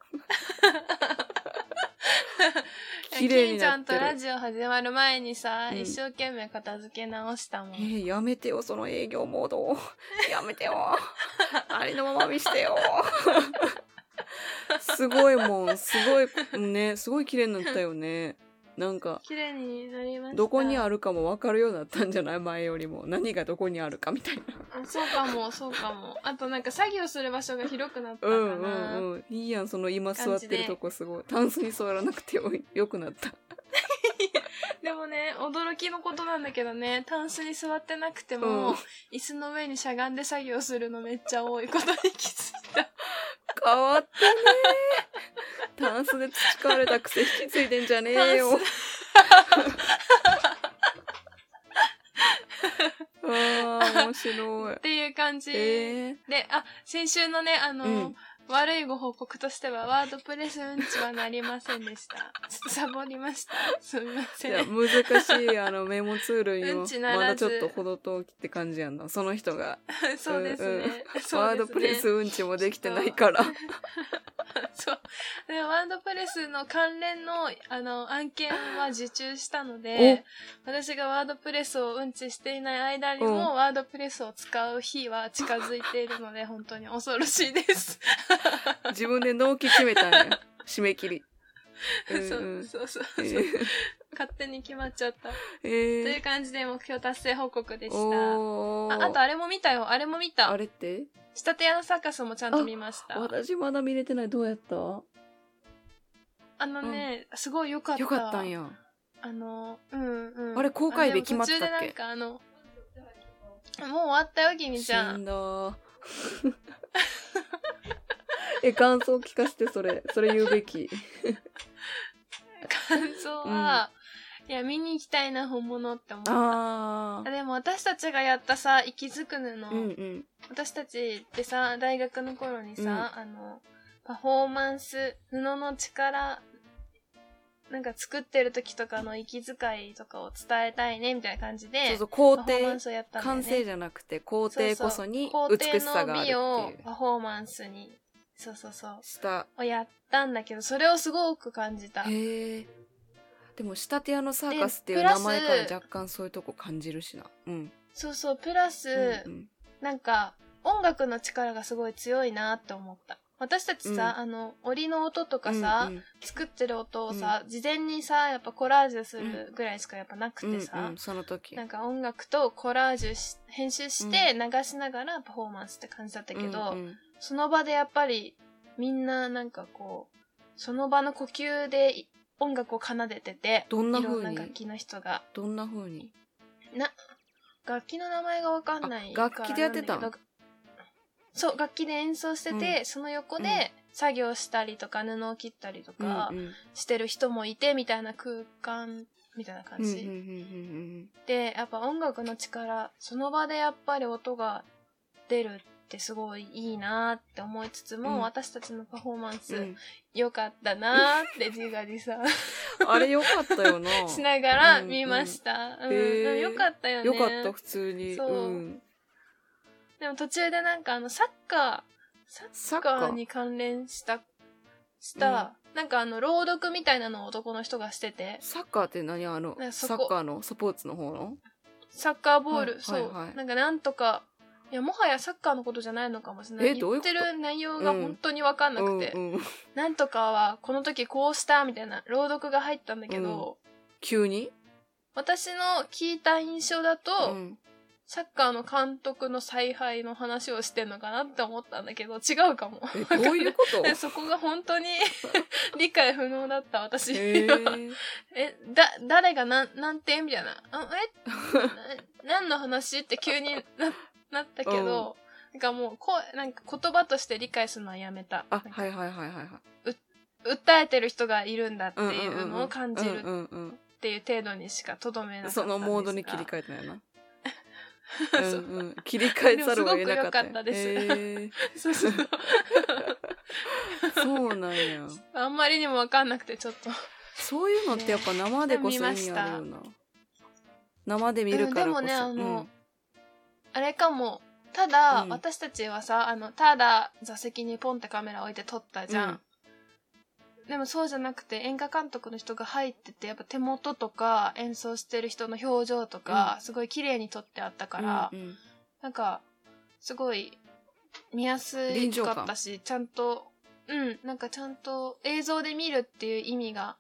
綺麗になってる。金ちゃんとラジオ始まる前にさ、うん、一生懸命片付け直したもん。 えー、やめてよその営業モードやめてよありのまま見してよすごいもん、すごいね、すごい綺麗になったよね。 なんか綺麗になりました。 どこにあるかも分かるようになったんじゃない？前よりも何がどこにあるかみたいな。 そうかもそうかも。あとなんか作業する場所が広くなったかな。 うんうんうん。いいやん、その今座ってるとこすごい。タンスに座らなくてよよくなった。 でもね、驚きのことなんだけどね、タンスに座ってなくても、うん、椅子の上にしゃがんで作業するのめっちゃ多いことに気づいた。 変わったねー。タンスで培われた癖引き継いでんじゃねえよ。あー、面白い。 っていう感じ、 えー、 で、あ、先週のね、あの、うん、悪いご報告としては、ワードプレスうんちはなりませんでした。ちょっとサボりました。すみません。いや、 難しい、あの、メモツールにも、まだちょっとほど遠きって感じやんな。その人が。 そうですね。うんうん、そうですね。 ワードプレスうんちもできてないから。 そう。で、ワードプレスの関連の、あの、案件は受注したので、私がワードプレスをうんちしていない間にも、ワードプレスを使う日は近づいているので、本当に恐ろしいです。 自分で納期決めたんや。締め切り。 そうそうそう。えー、勝手に決まっちゃった。 えー、 という感じで目標達成報告でした。あ、あとあれも見たよ。あれも見た。 あれって仕立て屋のサーカスもちゃんと見ました。 私まだ見れてない。どうやった？ あのね、うん、すごい良かった。 良かったんや。 あの、うんうん。 あれ公開日決まったっけ？ 途中でなんかあの、もう終わったよ、君ちゃん。 死んだ。え、感想聞かせて、それ。それ言うべき。 感想は、うん、いや、見に行きたいな、本物って思った。 あでも私たちがやったさ、息づく布、 うんうん、 私たちってさ、大学の頃にさ、うん、あの、パフォーマンス、布の力、なんか作ってる時とかの息遣いとかを伝えたいねみたいな感じで、 そうそう、工程、 パフォーマンスをやったんだよね。 完成じゃなくて工程こそに美しさがあるっていう。 工程の美をパフォーマンスに、そうそうそう、 したをやったんだけど、それをすごく感じた。 へえ。でも仕立て屋のサーカスっていう名前から若干そういうとこ感じるしな。うん。 そうそう、プラス、うんうん、なんか音楽の力がすごい強いなって思った。私たちさ、うん、あの、檻の音とかさ、うんうん、作ってる音をさ、うん、事前にさ、やっぱコラージュするぐらいしかやっぱなくてさ、 うんうん、その時。 なんか音楽とコラージュし、編集して流しながらパフォーマンスって感じだったけど、うんうん、その場でやっぱりみんななんかこう、その場の呼吸で音楽を奏でてて、 どんな風に？ いろんな楽器の人が。 どんな風に？ な、楽器の名前がわかんないから。 楽器でやってたの？ そう、楽器で演奏してて、うん、その横で作業したりとか、布を切ったりとかしてる人もいて、みたいな空間みたいな感じ。 うんうんうんうん、 で、やっぱ音楽の力、その場でやっぱり音が出るってすごいいいなって思いつつも、うん、私たちのパフォーマンス、うん、良かったなって自画自賛あれ良かったよなしながら見ました。うんうん、うん、良かったよね。 良かった、普通に。 そう。うんでも途中でなんかあのサッカー、サッカーに関連した、した、うん、なんかあの朗読みたいなのを男の人がしてて。 サッカーって何？あの、サッカーのスポーツの方の？ サッカーボール、はい、そう、 はいはい。 なんかなんとか、いやもはやサッカーのことじゃないのかもしれない。 え、どういうこと？ 言ってる内容が本当にわかんなくて、 うんうん、 なんとかはこの時こうしたみたいな朗読が入ったんだけど、 うん、急に？ 私の聞いた印象だと、 うんサッカーの監督の采配の話をしてんのかなって思ったんだけど、違うかも。 え、どういうことそこが本当に理解不能だった、私。 えー、 え、だ、誰がなん、なんてみたいな。あえ何の話って急にな、なったけど、うん、なんかもう、こう、なんか言葉として理解するのはやめた。 あ、はいはいはいはいはい。 う、訴えてる人がいるんだっていうのを感じるっていう程度にしかとどめなかったんですが。 そのモードに切り替えたんやな。うんうん、切り替えざるを得なかった。 すごく良かったです。 えー、 そうそう。 そうなんや。 あんまりにも分かんなくてちょっと。 そういうのってやっぱ生でこそ意味あるよな。生で見るからこそ。 うん、でもね、あの、うん、あれかも。ただ、うん、私たちはさ、あの、ただ座席にポンってカメラ置いて撮ったじゃん。うんでもそうじゃなくて演歌監督の人が入っててやっぱ手元とか演奏してる人の表情とか、うん、すごい綺麗に撮ってあったから、うんうん、なんかすごい見やすかったしちゃんとうんなんかちゃんと映像で見るっていう意味が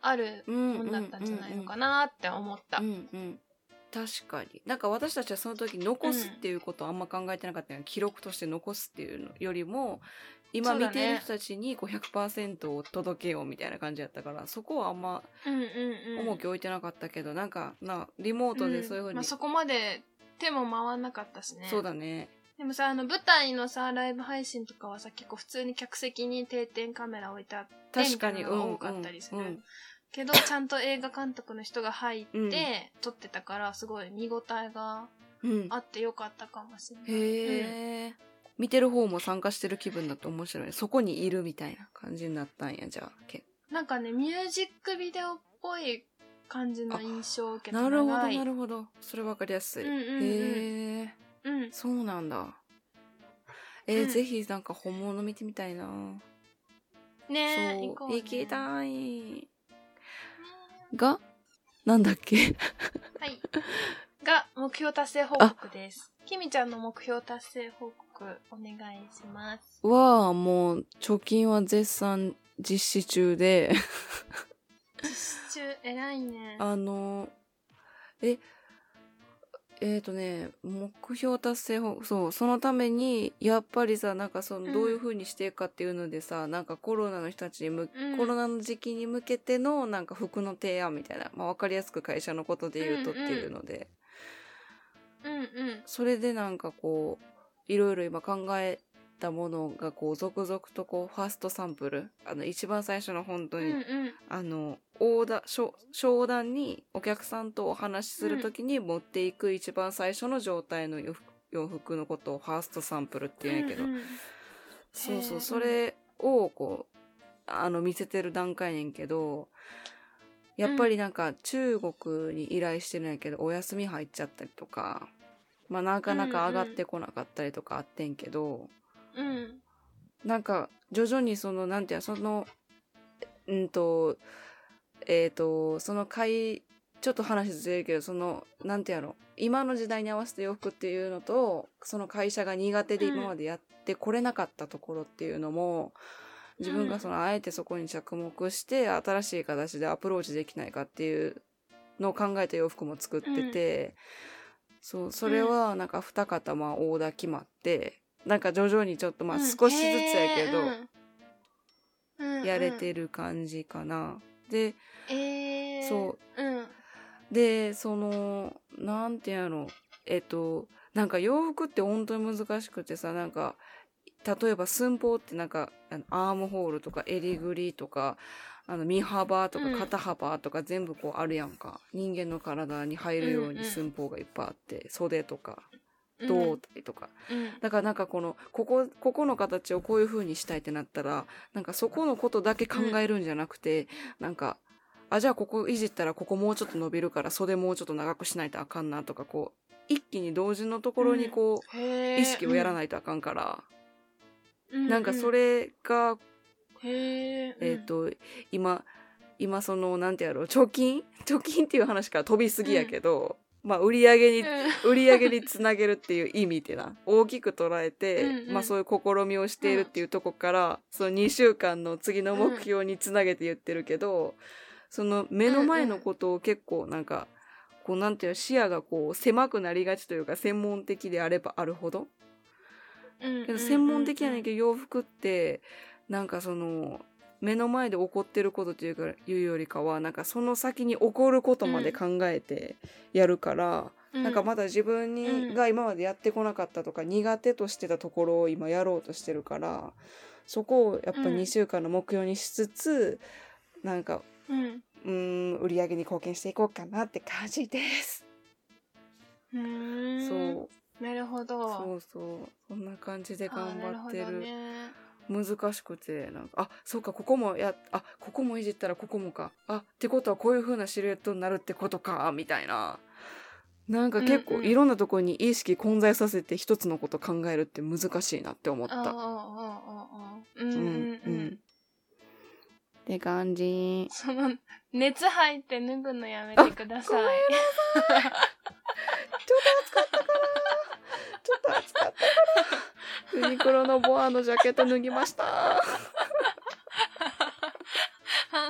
あるもんだったんじゃないのかなって思った。 うんうん、確かに。なんか私たちはその時残すっていうことをあんま考えてなかったの、うん、記録として残すっていうのよりも今見ている人たちにこう ひゃくパーセント を届けようみたいな感じだったから、そこはあんま重き置いてなかったけど、なんかなリモートでそういう風に、 うんまあ、そこまで手も回んなかったしね。 そうだね。 でもさ、あの舞台のさライブ配信とかはさ、結構普通に客席に定点カメラ置いてあって確かにみたいなのが多かったりする、うんうんうん、けどちゃんと映画監督の人が入って撮ってたから、すごい見応えがあってよかったかもしれない、うん、 へー、見てる方も参加してる気分だと面白い。そこにいるみたいな感じになったんや。じゃあなんかね、ミュージックビデオっぽい感じの印象を受けた。 なるほどなるほど、それ分かりやすい、うんうんうん、へえ、うん、そうなんだ。えーうん、ぜひなんか本物見てみたいな。 ねえ、 そう行こうね。 行きたいがなんだっけはいが目標達成報告です。きみちゃんの目標達成報告お願いします。 はもう貯金は絶賛実施中で実施中偉いね。 あのええーとね目標達成法、そう、そのためにやっぱりさ、なんかそのどういう風にしていくかっていうのでさ、うん、なんかコロナの人たちにむ、うん、コロナの時期に向けてのなんか服の提案みたいな、まあ分かりやすく会社のことで言うとっていうので、 うんうん、 それでなんかこういろいろ今考えたものがこう続々とこうファーストサンプル、あの一番最初の本当に、うんうん、あのオーダー商談にお客さんとお話しするときに持っていく一番最初の状態の洋服、洋服のことをファーストサンプルって言うんやけど、うんうん、そうそう、それをこうあの見せてる段階ねんけど、やっぱりなんか中国に依頼してるんやけどお休み入っちゃったりとか、まあなかなか上がってこなかったりとかあってんけど、 うんうん、 なんか徐々にそのなんていうの、そのうんとえっとその会ちょっと話ずれるけど、そのなんていうの、今の時代に合わせた洋服っていうのと、その会社が苦手で今までやってこれなかったところっていうのも、うん、自分がそのあえてそこに着目して新しい形でアプローチできないかっていうのを考えた洋服も作ってて、うん、そう、それはなんか二方まあオーダー決まって、なんか徐々にちょっとまあ少しずつやけど、うん、やれてる感じかな。で、 えー、 そう、 うん、 でそのなんていうの、えっとなんか洋服って本当に難しくてさ、なんか例えば寸法ってなんかあのアームホールとか襟ぐりとかあの身幅とか肩幅とか全部こうあるやんか、うん、人間の体に入るように寸法がいっぱいあって、うんうん、袖とか胴体とか、うん、だからなんかこのここここの形をこういう風にしたいってなったら、なんかそこのことだけ考えるんじゃなくて、うん、なんかあじゃあここいじったらここもうちょっと伸びるから袖もうちょっと長くしないとあかんなとか、こう一気に同時のところにこう、うん、意識をやらないとあかんから、うん、なんかそれが、 へー、 えっと今今そのなんてやろう、貯金貯金っていう話から飛びすぎやけど、うん、まあ売り上げに、うん、売り上げにつなげるっていう意味ってな大きく捉えて、うんうん、まあそういう試みをしているっていうとこから、うん、そのにしゅうかんの次の目標につなげて言ってるけど、うん、その目の前のことを結構なんか、うんうん、こうなんていうの、視野がこう狭くなりがちというか、専門的であればあるほど、うんうん、けど専門的やねんけど洋服ってなんかその目の前で起こってることというかいうよりかは、なんかその先に起こることまで考えてやるから、うん、なんかまだ自分に、うん、が今までやってこなかったとか苦手としてたところを今やろうとしてるから、そこをやっぱにしゅうかんの目標にしつつ、うん、なんか、うん、うーん売り上げに貢献していこうかなって感じです。 うーん、そうなるほど、 そうそうそんな感じで頑張ってる。難しくて、なんかあそうか、ここもやあここもいじったらここもか、あってことはこういう風なシルエットになるってことかみたいな、なんか結構いろんなところに意識混在させて一つのこと考えるって難しいなって思った。ああああうんうんうんって感じ。 その熱入って脱ぐのやめてください。ごめんなさい。 ちょっと暑かったから。ちょっと暑かったから。ユニクロのボアのジャケット脱ぎました。 反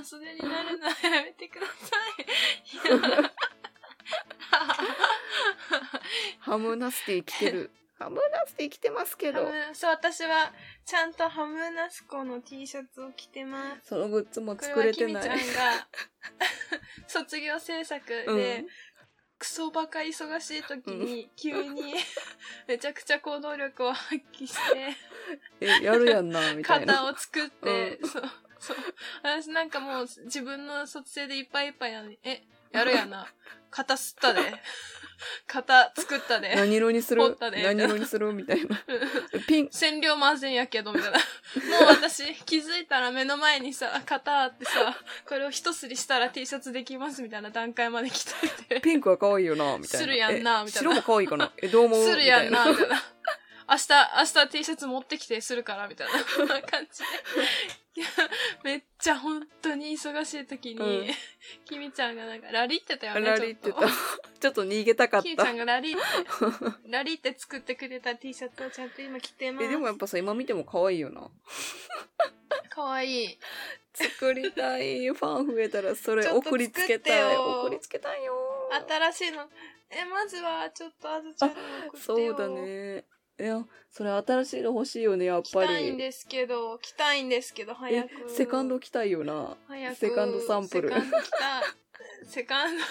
半袖になるのはやめてください。 ハムナスティ着てる。ハムナスティ着てますけど。 そう、私はちゃんとハムナスコの T シャツを着てます。 そのグッズも作れてない。 これはキミちゃんが卒業制作で、うん、クソバカ忙しい時に急にめちゃくちゃ行動力を発揮してえ、やるやんな、みたいな。 型を作って、うん、そう、そう。私なんかもう自分の卒生でいっぱいいっぱいなのに、え、やるやんな。型吸ったで。型作ったで。 何色にする何色にするみたいな。 ピン。染料混ぜんやけど、みたいな。もう私、気づいたら目の前にさ、型あってさ、これを一すりしたら T シャツできますみたいな段階まで来といて。 ピンクは可愛いよな、みたいな。 するやんな、みたいな。 白も可愛いかな。え、どう思う？ するやんな、みたいな。明日、明日 T シャツ持ってきてするから、みたいな感じで。いや、めっちゃ本当に忙しい時に、うん、キミちゃんがなんかラリってたよね、 ラリってた。ちょっと逃げたかった。 キミちゃんがラリって、ラリって作ってくれた T シャツをちゃんと今着てます。 え、でもやっぱさ、今見ても可愛いよな。 可愛い。 作りたい。ファン増えたらそれ送りつけたい。送りつけたいよ。 新しいの。え、まずはちょっとあずちゃんに送ってよ。 そうだね。いや、それ新しいの欲しいよね、やっぱり。 着たいんですけど、着たいんですけど、早く。 セカンド着たいよな。早く。セカンドサンプル。 セカンド着たい。セカンド。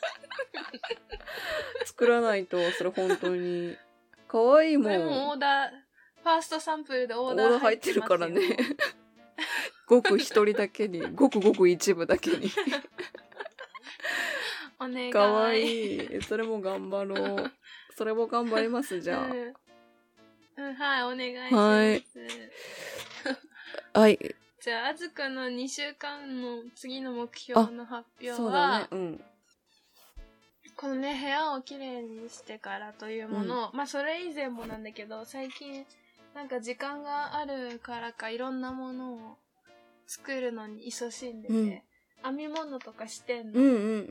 作らないと、それ本当に。可愛いもん。 でもオーダー、ファーストサンプルでオーダー入ってますよ。オーダー入ってるからね。 ごく一人だけに、ごくごく一部だけに。 お願い。 可愛い。それも頑張ろう。それも頑張ります、じゃあ。 うんうん、はい、お願いします。 はい。はい。 じゃあ、あずくんのにしゅうかんの次の目標の発表は、 そうだね、うん。 このね、部屋をきれいにしてからというもの、うん、まあ、それ以前もなんだけど、最近、なんか時間があるからか、いろんなものを作るのに勤しんでて、うん、編み物とかしてんの。 うんうんうんうん。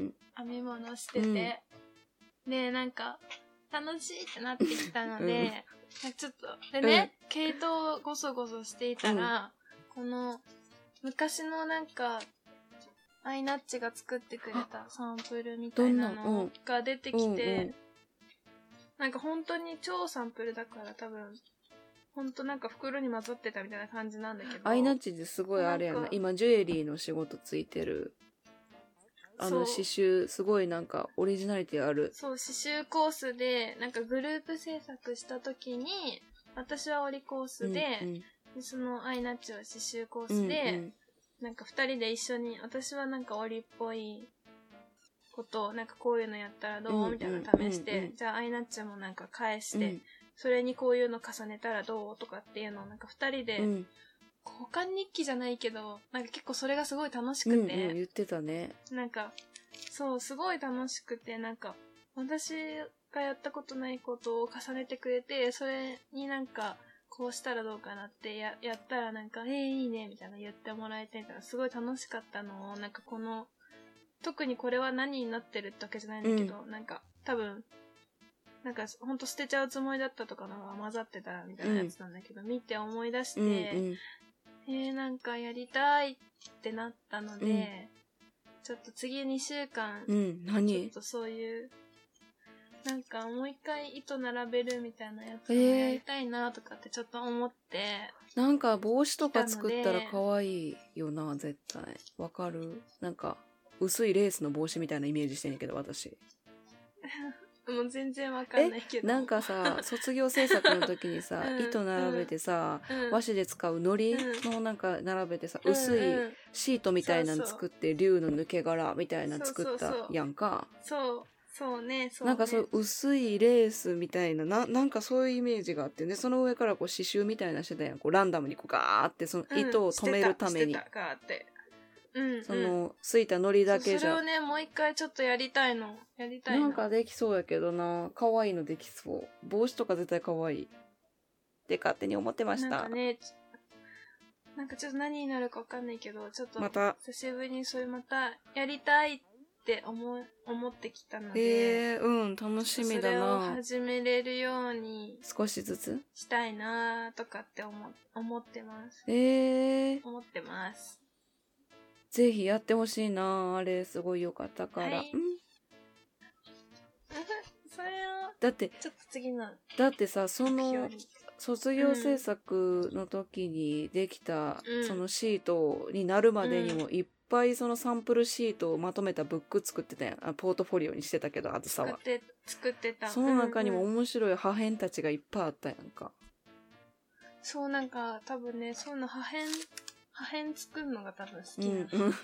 編み物してて、うん、で、なんか、楽しいってなってきたので、うん、ちょっと、でね、うん、毛糸をゴソゴソしていたら、うん、この、昔のなんか、アイナッチが作ってくれたサンプルみたいなのが出てきて、うんうん、なんか本当に超サンプルだから多分、本当なんか袋に混ざってたみたいな感じなんだけど。 アイナッチってすごいあれやな。今、ジュエリーの仕事ついてる。あの刺繍すごいなんかオリジナリティある。 そう、刺繍コースでなんかグループ制作した時に私は織コースで、うんうん、でそのアイナッチは刺繍コースで、うんうん、なんか二人で一緒に私はなんか織っぽいことをなんかこういうのやったらどう、うんうん、みたいなの試して、うんうん、じゃあアイナッチもなんか返して、うん、それにこういうの重ねたらどうとかっていうのをなんか二人で、うん交換日記じゃないけど、なんか結構それがすごい楽しくて。うんうん、 言ってたね。 なんか、そう、すごい楽しくて、なんか、私がやったことないことを重ねてくれて、それになんか、こうしたらどうかなってや、やったらなんか、えー、いいね、みたいな言ってもらえて、すごい楽しかったのを、なんかこの、特にこれは何になってるってわけじゃないんだけど、うん、なんか、多分、なんか、ほんと捨てちゃうつもりだったとかのが混ざってたらみたいなやつなんだけど、うん、見て思い出して、うんうんえー、なんかやりたいってなったので、うん、ちょっと次にしゅうかん、うん、何ちょっとそういう、なんかもう一回糸並べるみたいなやつをやりたいなとかってちょっと思って、えー、なんか帽子とか作ったら可愛いよな、絶対。わかる？なんか、薄いレースの帽子みたいなイメージしてんやけど、私。 もう全然わかんないけど。 なんかさ、卒業制作の時にさ、うん、糸並べてさ、うん、和紙で使う糊のなんか並べてさ、うん、薄いシートみたいなの作って、うん、竜の抜け殻みたいなの作ったやんか。 そう、そうね、そうね。 なんかそう薄いレースみたいな、な、なんかそういうイメージがあってね、その上からこう刺繍みたいなしてたやん。こうランダムにこうガーってその糸を止めるために。 うん、してた、ガーって。うんうん、 そのすいた海苔だけじゃそれをねもう一回ちょっとやりたいのやりたいななんかできそうやけどな可愛いのできそう帽子とか絶対可愛いって勝手に思ってましたなんかねなんかちょっと何になるか分かんないけどちょっと久しぶりにそれまたやりたいって思思ってきたのでえー、うん楽しみだなそれを始めれるように少しずつしたいなとかって思思ってますえー、 思ってますぜひやってほしいな。あれすごい良かったから、はい、うん、 それはだってちょっと次のだってさ、その卒業制作の時にできた、うん、そのシートになるまでにもいっぱいそのサンプルシートをまとめたブック作ってたやん。あ、ポートフォリオにしてたけど、あずさは作って作ってた。 その中にも面白い破片たちがいっぱいあったやんか。 そう、なんか多分ね、そういうの破片破片作るのが多分好きなんだよね、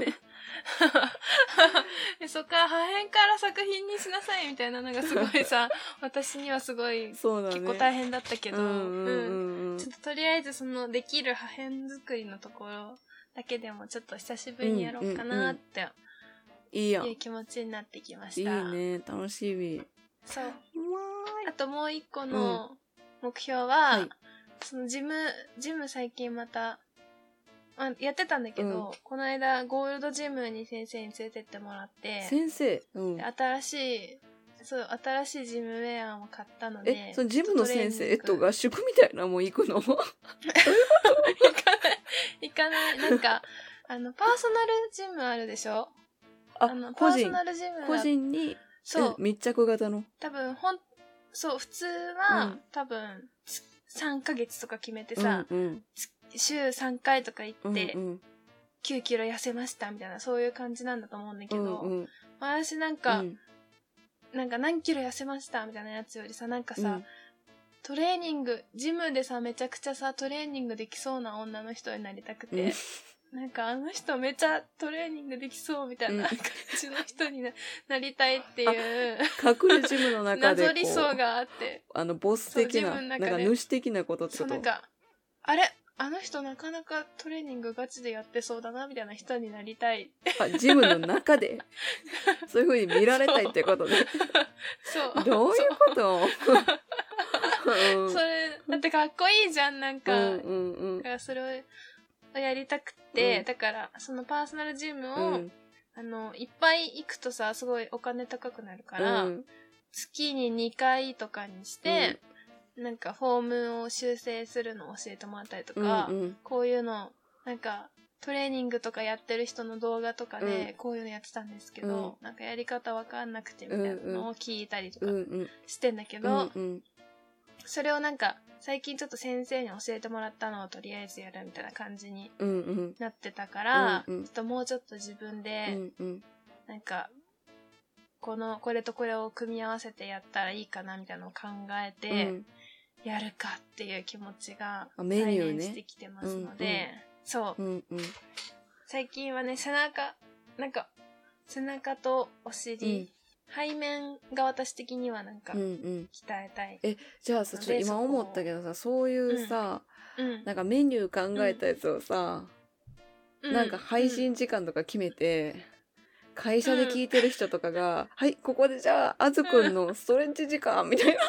うん、そっから破片から作品にしなさいみたいなのがすごいさ私にはすごい、ね、結構大変だったけど、うんうんうん、ちょっととりあえずそのできる破片作りのところだけでもちょっと久しぶりにやろうかなっていう気持ちになってきました。 いいね、楽しみ。 そう。あともう一個の目標は、うんはい、そのジムジム最近またあやってたんだけど、うん、この間ゴールドジムに先生に連れてってもらって先生、うん、 新しいそう新しいジムウェアも買ったのでえそのジムの先生と合宿みたいなもう行くのどういうこと行かない行かないなんかあのパーソナルジムあるでしょ。 ああのパーソナルジム個人にそう密着型の多分ほんそう普通は、うん、多分さんかげつとか決めてさ、うんうん週さんかいとか行って、うんうん、きゅうキロ痩せましたみたいなそういう感じなんだと思うんだけど、うんうん、私なんか、うん、なんか何キロ痩せましたみたいなやつよりさなんかさ、うん、トレーニングジムでさめちゃくちゃさトレーニングできそうな女の人になりたくて、うん、なんかあの人めちゃトレーニングできそうみたいな感じの人に な, なりたいっていう隠れジムの中で謎理想があってあのボス的 な, なんか主的なことってこと。 そうなんかあれあの人なかなかトレーニングガチでやってそうだなみたいな人になりたい。 あ、ジムの中でそういう風に見られたいってことね。 そう。 どういうこと？ うん、それだってかっこいいじゃんなんか。うんうんうん、だからそれをやりたくて、うん、だからそのパーソナルジムを、うん、あのいっぱい行くとさすごいお金高くなるから、うん、月ににかいとかにして。うんなんかフォームを修正するのを教えてもらったりとか、うんうん、こういうのなんかトレーニングとかやってる人の動画とかでこういうのやってたんですけど、うん、なんかやり方わかんなくてみたいなのを聞いたりとかしてんだけど、うんうん、それをなんか最近ちょっと先生に教えてもらったのをとりあえずやるみたいな感じになってたから、うんうん、ちょっともうちょっと自分でなんかこのこれとこれを組み合わせてやったらいいかなみたいなのを考えて、うんやるかっていう気持ちがメニューねしてきてますので、うんうん、そう、うんうん、最近はね背中なんか背中とお尻、うん、背面が私的にはなんか鍛えたい、 うんうん、えじゃあさちょっと今思ったけどさそういうさ、うん、なんかメニュー考えたやつをさ、うん、なんか配信時間とか決めて、うん、会社で聞いてる人とかが、うん、はいここでじゃああずくんのストレッチ時間みたいない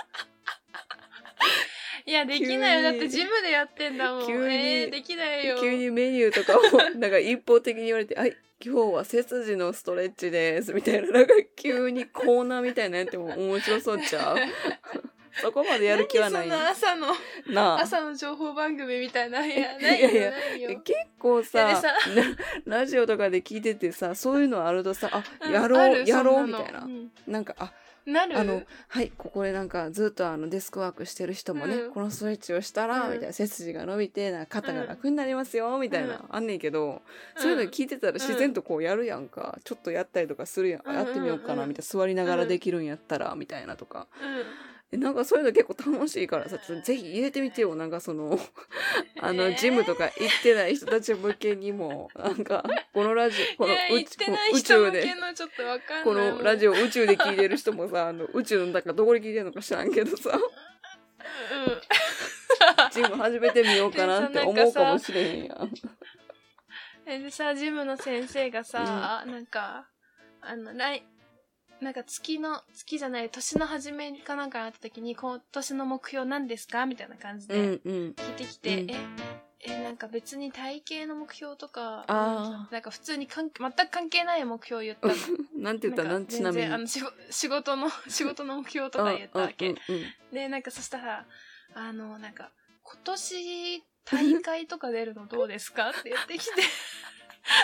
やできないよだってジムでやってんだもん急に、えー、できないよ急にメニューとかをなんか一方的に言われてはい今日は背筋のストレッチですみたいななんか急にコーナーみたいなやっても面白そうちゃうそこまでやる気はない。 何その朝のな朝の情報番組みたいないやないよいやいや結構さラジオとかで聞いててさそういうのあるとさあやろう、うん、やろうみたいな、うん、なんかあなるあのはいここでなんかずっとあのデスクワークしてる人もね、うん、このストレッチをしたら、うん、みたいな背筋が伸びてなんか肩が楽になりますよ、うん、みたいな、うん、あんねんけど、うん、そういうの聞いてたら自然とこうやるやんか、ちょっとやったりとかするやん、うん、やってみようかなみたいな座りながらできるんやったら、みたいなとか、うん、なんかそういうの結構楽しいからさちょっとぜひ入れてみてよなんかそのあのジムとか行ってない人たち向けにもなんかこのラジオこの宇宙でこのラジオ宇宙で聞いてる人もさあの宇宙の中どこで聞いてるのか知らんけどさ、うん、ジム始めてみようかなって思うかもしれへんやん。 でさジムの先生がさ、うん、なんかあの来なんか月の月じゃない年の初めかなんかに会った時に今年の目標何ですかみたいな感じで聞いてきて、うんうん、ええなんか別に体型の目標とかあなんか普通にかん全く関係ない目標を言ったのなんて言ったのちなみにあの仕事の仕事の目標とか言ったわけ、うんうんうん、でなんかそしたらあのなんか今年大会とか出るのどうですかって言ってきて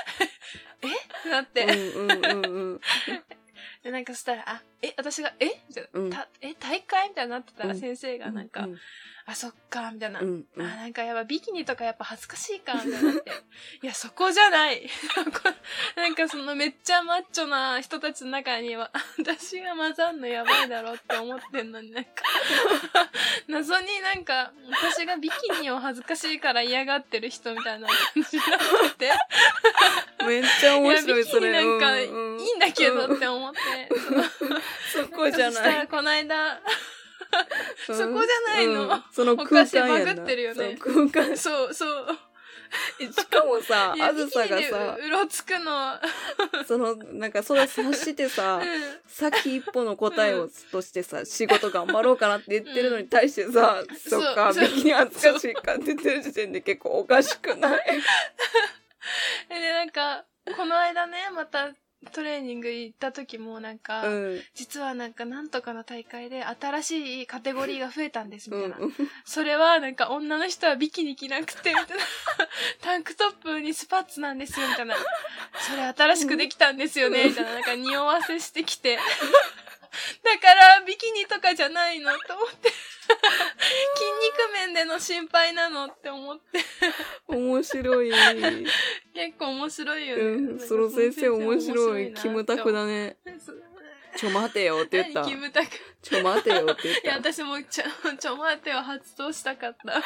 えってなって、 うんうんうんうん、 でなんかそしたらあえ私がえみたいな、うん、たえ大会みたいになってたら先生がなんか、うんうん、あそっかみたいな、うんうん、あなんかやっぱビキニとかやっぱ恥ずかしいかみたいになっていやそこじゃないなんかそのめっちゃマッチョな人たちの中には私が混ざんのやばいだろって思ってんのになんか謎になんか私がビキニを恥ずかしいから嫌がってる人みたいな感じになっててめっちゃ面白いそれ。 いやビキニなんかいいんだけどって思って、 うんうん、そこじゃない。そしたらこの間そこじゃないの、うん、 その空間やな。 お菓子バグってるよね。 そう空間そうそうしかもさあずさがさうろつくのそのなんかそれ察してさ、うん、先一歩の答えをとしてさ、うん、仕事頑張ろうかなって言ってるのに対してさ、うん、そっかビキニ恥ずかしいかって言ってる時点で結構おかしくないでなんかこの間ねまたトレーニング行った時もなんか、うん、実はなんかなんとかの大会で新しいカテゴリーが増えたんですみたいな、うん、それはなんか女の人はビキニ着なくてみたいなタンクトップにスパッツなんですよみたいなそれ新しくできたんですよねみたいななんか匂わせしてきてだからビキニとかじゃないのと思って筋肉面での心配なのって思って面白い結構面白いよね、 うん、その先生面白いキムタクだねちょ待てよって言ったキムタクちょ待てよって言ったいや私もちょちょ待てよ発動したかった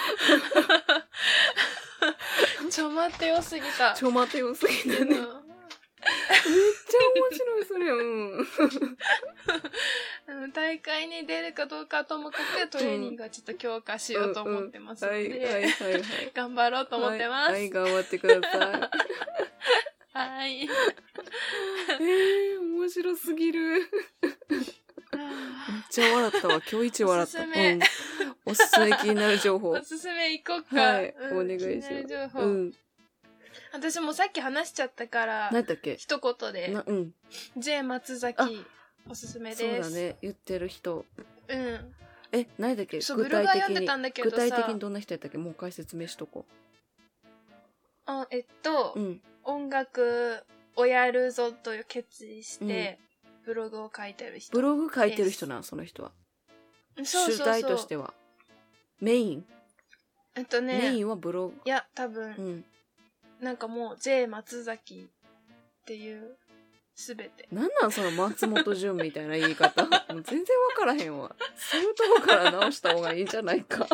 ちょ待てよすぎたちょ待てよすぎたねめっちゃ面白いそれうん大会に出るかどうかともかくトレーニングはちょっと強化しようと思ってますので頑張ろうと思ってます、 はい、はい、頑張ってくださいはいえー、面白すぎるめっちゃ笑ったわ今日一笑ったおすすめ、うん、おすすめ気になる情報おすすめ行こうか、 はい、うん、お願いします、うん、 私もさっき話しちゃったから何だっけ一言で、 うん、 J 松崎おすすめです。 そうだね言ってる人うんえ何だっけ具体的に具体的にどんな人やったっけもう一回説明しとこうあえっと、うん、音楽をやるぞという決意して、うん、ブログを書いてる人ブログ書いてる人なその人はそうそうそう主体としてはメインえっとねメインはブログいや多分、うん、なんかもう J 松崎っていうすべてなんなんその松本潤みたいな言い方もう全然わからへんわそういうとこから直した方がいいんじゃないか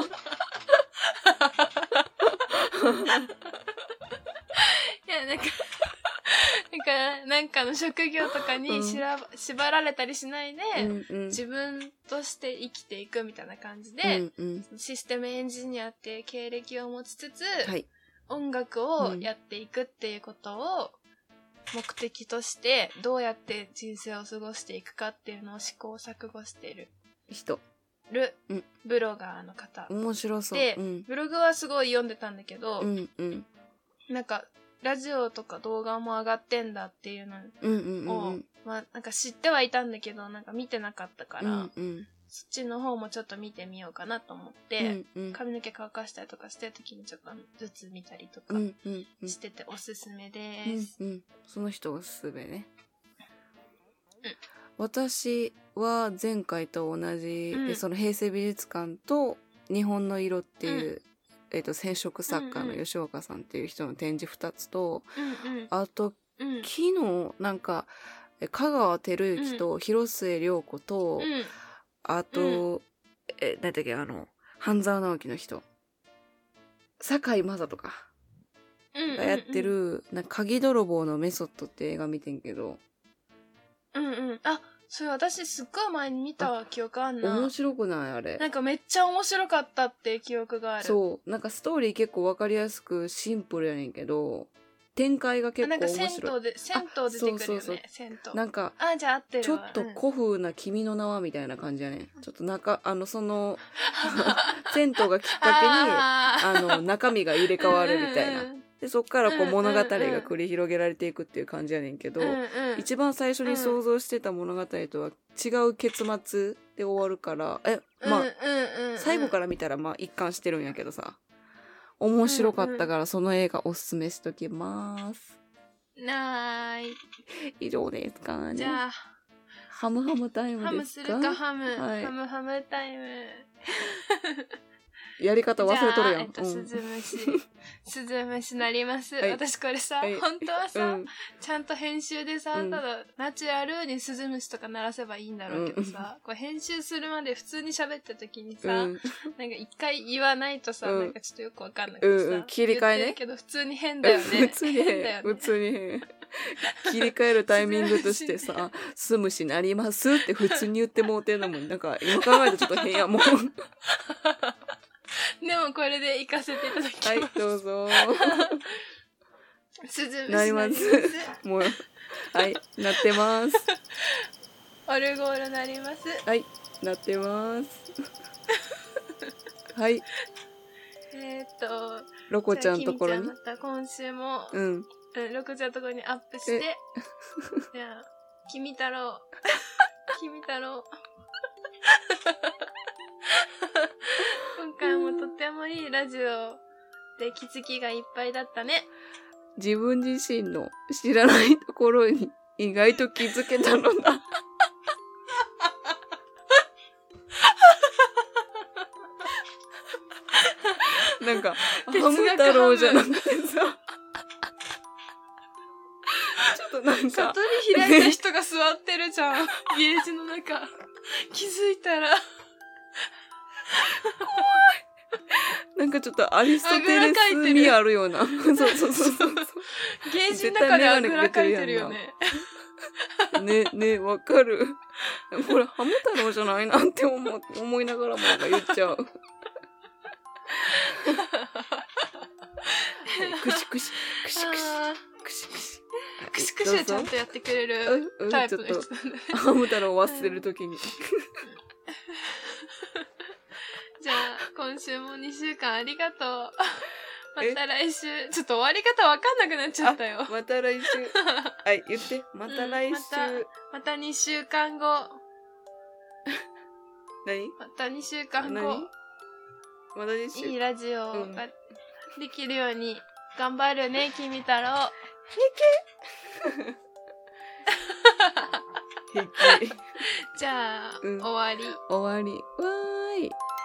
いやなんかなんかなんかの職業とかにしら、うん、縛られたりしないで、うんうん、自分として生きていくみたいな感じで、うんうん、システムエンジニアっていう経歴を持ちつつ、はい、音楽をやっていくっていうことを目的としてどうやって人生を過ごしていくかっていうのを試行錯誤してる人る、うん、ブロガーの方面白そうで、 うん、 ブログはすごい読んでたんだけど、 うんうん、 なんかラジオとか動画も上がってんだっていうのを、うんうんうん、まあなんか知ってはいたんだけどなんか見てなかったから、うんうん、そっちの方もちょっと見てみようかなと思って、うんうん、髪の毛乾かしたりとかしてる時にちょっとずつ見たりとかしてておすすめです、 うんうん、その人おすすめね、うん、私は前回と同じ、うん、でその平成美術館と日本の色っていう、うんえー、と染色作家の吉岡さんっていう人の展示ふたつと、うんうん、あと、うん、昨日なんか香川照之と広末涼子と、うん、あと、うん、え何だっけあの半沢直樹の人堺雅人かがやってる、うんうんうん、なんか鍵泥棒のメソッドって映画見てんけどうんうんあそれ私すっごい前に見た記憶あんな面白くないあれなんかめっちゃ面白かったって記憶があるそうなんかストーリー結構わかりやすくシンプルやねんけど展開が結構面白いなんか銭湯で銭湯出てくるよねそうそうそう銭湯なんかあじゃあ合ってるちょっと古風な君の名はみたいな感じやねん、うん、ちょっと中あのその銭湯がきっかけにあの中身が入れ替わるみたいな、うんうんでそっからこう物語が繰り広げられていくっていう感じやねんけど、うんうん、一番最初に想像してた物語とは違う結末で終わるからえまあ、うんうんうん、最後から見たらまあ一貫してるんやけどさ面白かったからその映画おすすめしときます、 ない。 以上ですかね。 じゃあ、 ハムハムタイムですか？ ハムするか、ハム。 はい、 ハムハムタイム。 やり方忘れとるやん。 じゃあ、えっと、スズムシ。スズムシなります。はい、私これさ、はい、本当はさ、うん、ちゃんと編集でさ、うん、ただ、ナチュラルにスズムシとか鳴らせばいいんだろうけどさ、うん、こう編集するまで普通に喋った時にさ、うん、なんか一回言わないとさ、うん、なんかちょっとよくわかんないけどさ、うんうん、 切り替えね。 言ってるけど普通に変だよね。 普通に変だよね。普通に変。切り替えるタイミングとしてさ、スムシなりますって普通に言ってもうてんのもん、なんか今考えるとちょっと変やもん。 でもこれで行かせていただきます。はい、 どうぞ。 スズムシなります。もう、はい、なってます。 オルゴールなります。 はい、なってます。はい。 えーっと、 ロコちゃんのところに。 また今週も、 うん。 うん、ロコちゃんのところにアップして、じゃあ、君太郎、君太郎。今回もとってもいいラジオで気づきがいっぱいだったね。 自分自身の知らないところに意外と気づけたのだ。なんか、ハム太郎じゃなくてさ、ちょっとなんか。 悟り開いた人が座ってるじゃん。ゲージの中。気づいたら。 怖い。なんかちょっとアリストテレスにあるような。そうそうそうそう。 ゲージの中であぐらかいてるよね。 ね、ね、わかる。これハム太郎じゃないなって思思いながらもなんか言っちゃう。クシクシ、クシクシ、クシクシ。 クシクシはちゃんとやってくれるタイプの人。 ハム太郎を忘れるときに。 じゃあ、今週もにしゅうかんありがとう。また来週。ちょっと終わり方わかんなくなっちゃったよ。 また来週。はい、言って。また来週。うん、また、 またにしゅうかんご。 何？ またにしゅうかんご。 何？またにしゅうかん。 いいラジオができるように頑張るね、君太郎。 平気。 じゃあ、うん、終わり。 終わり。わーい。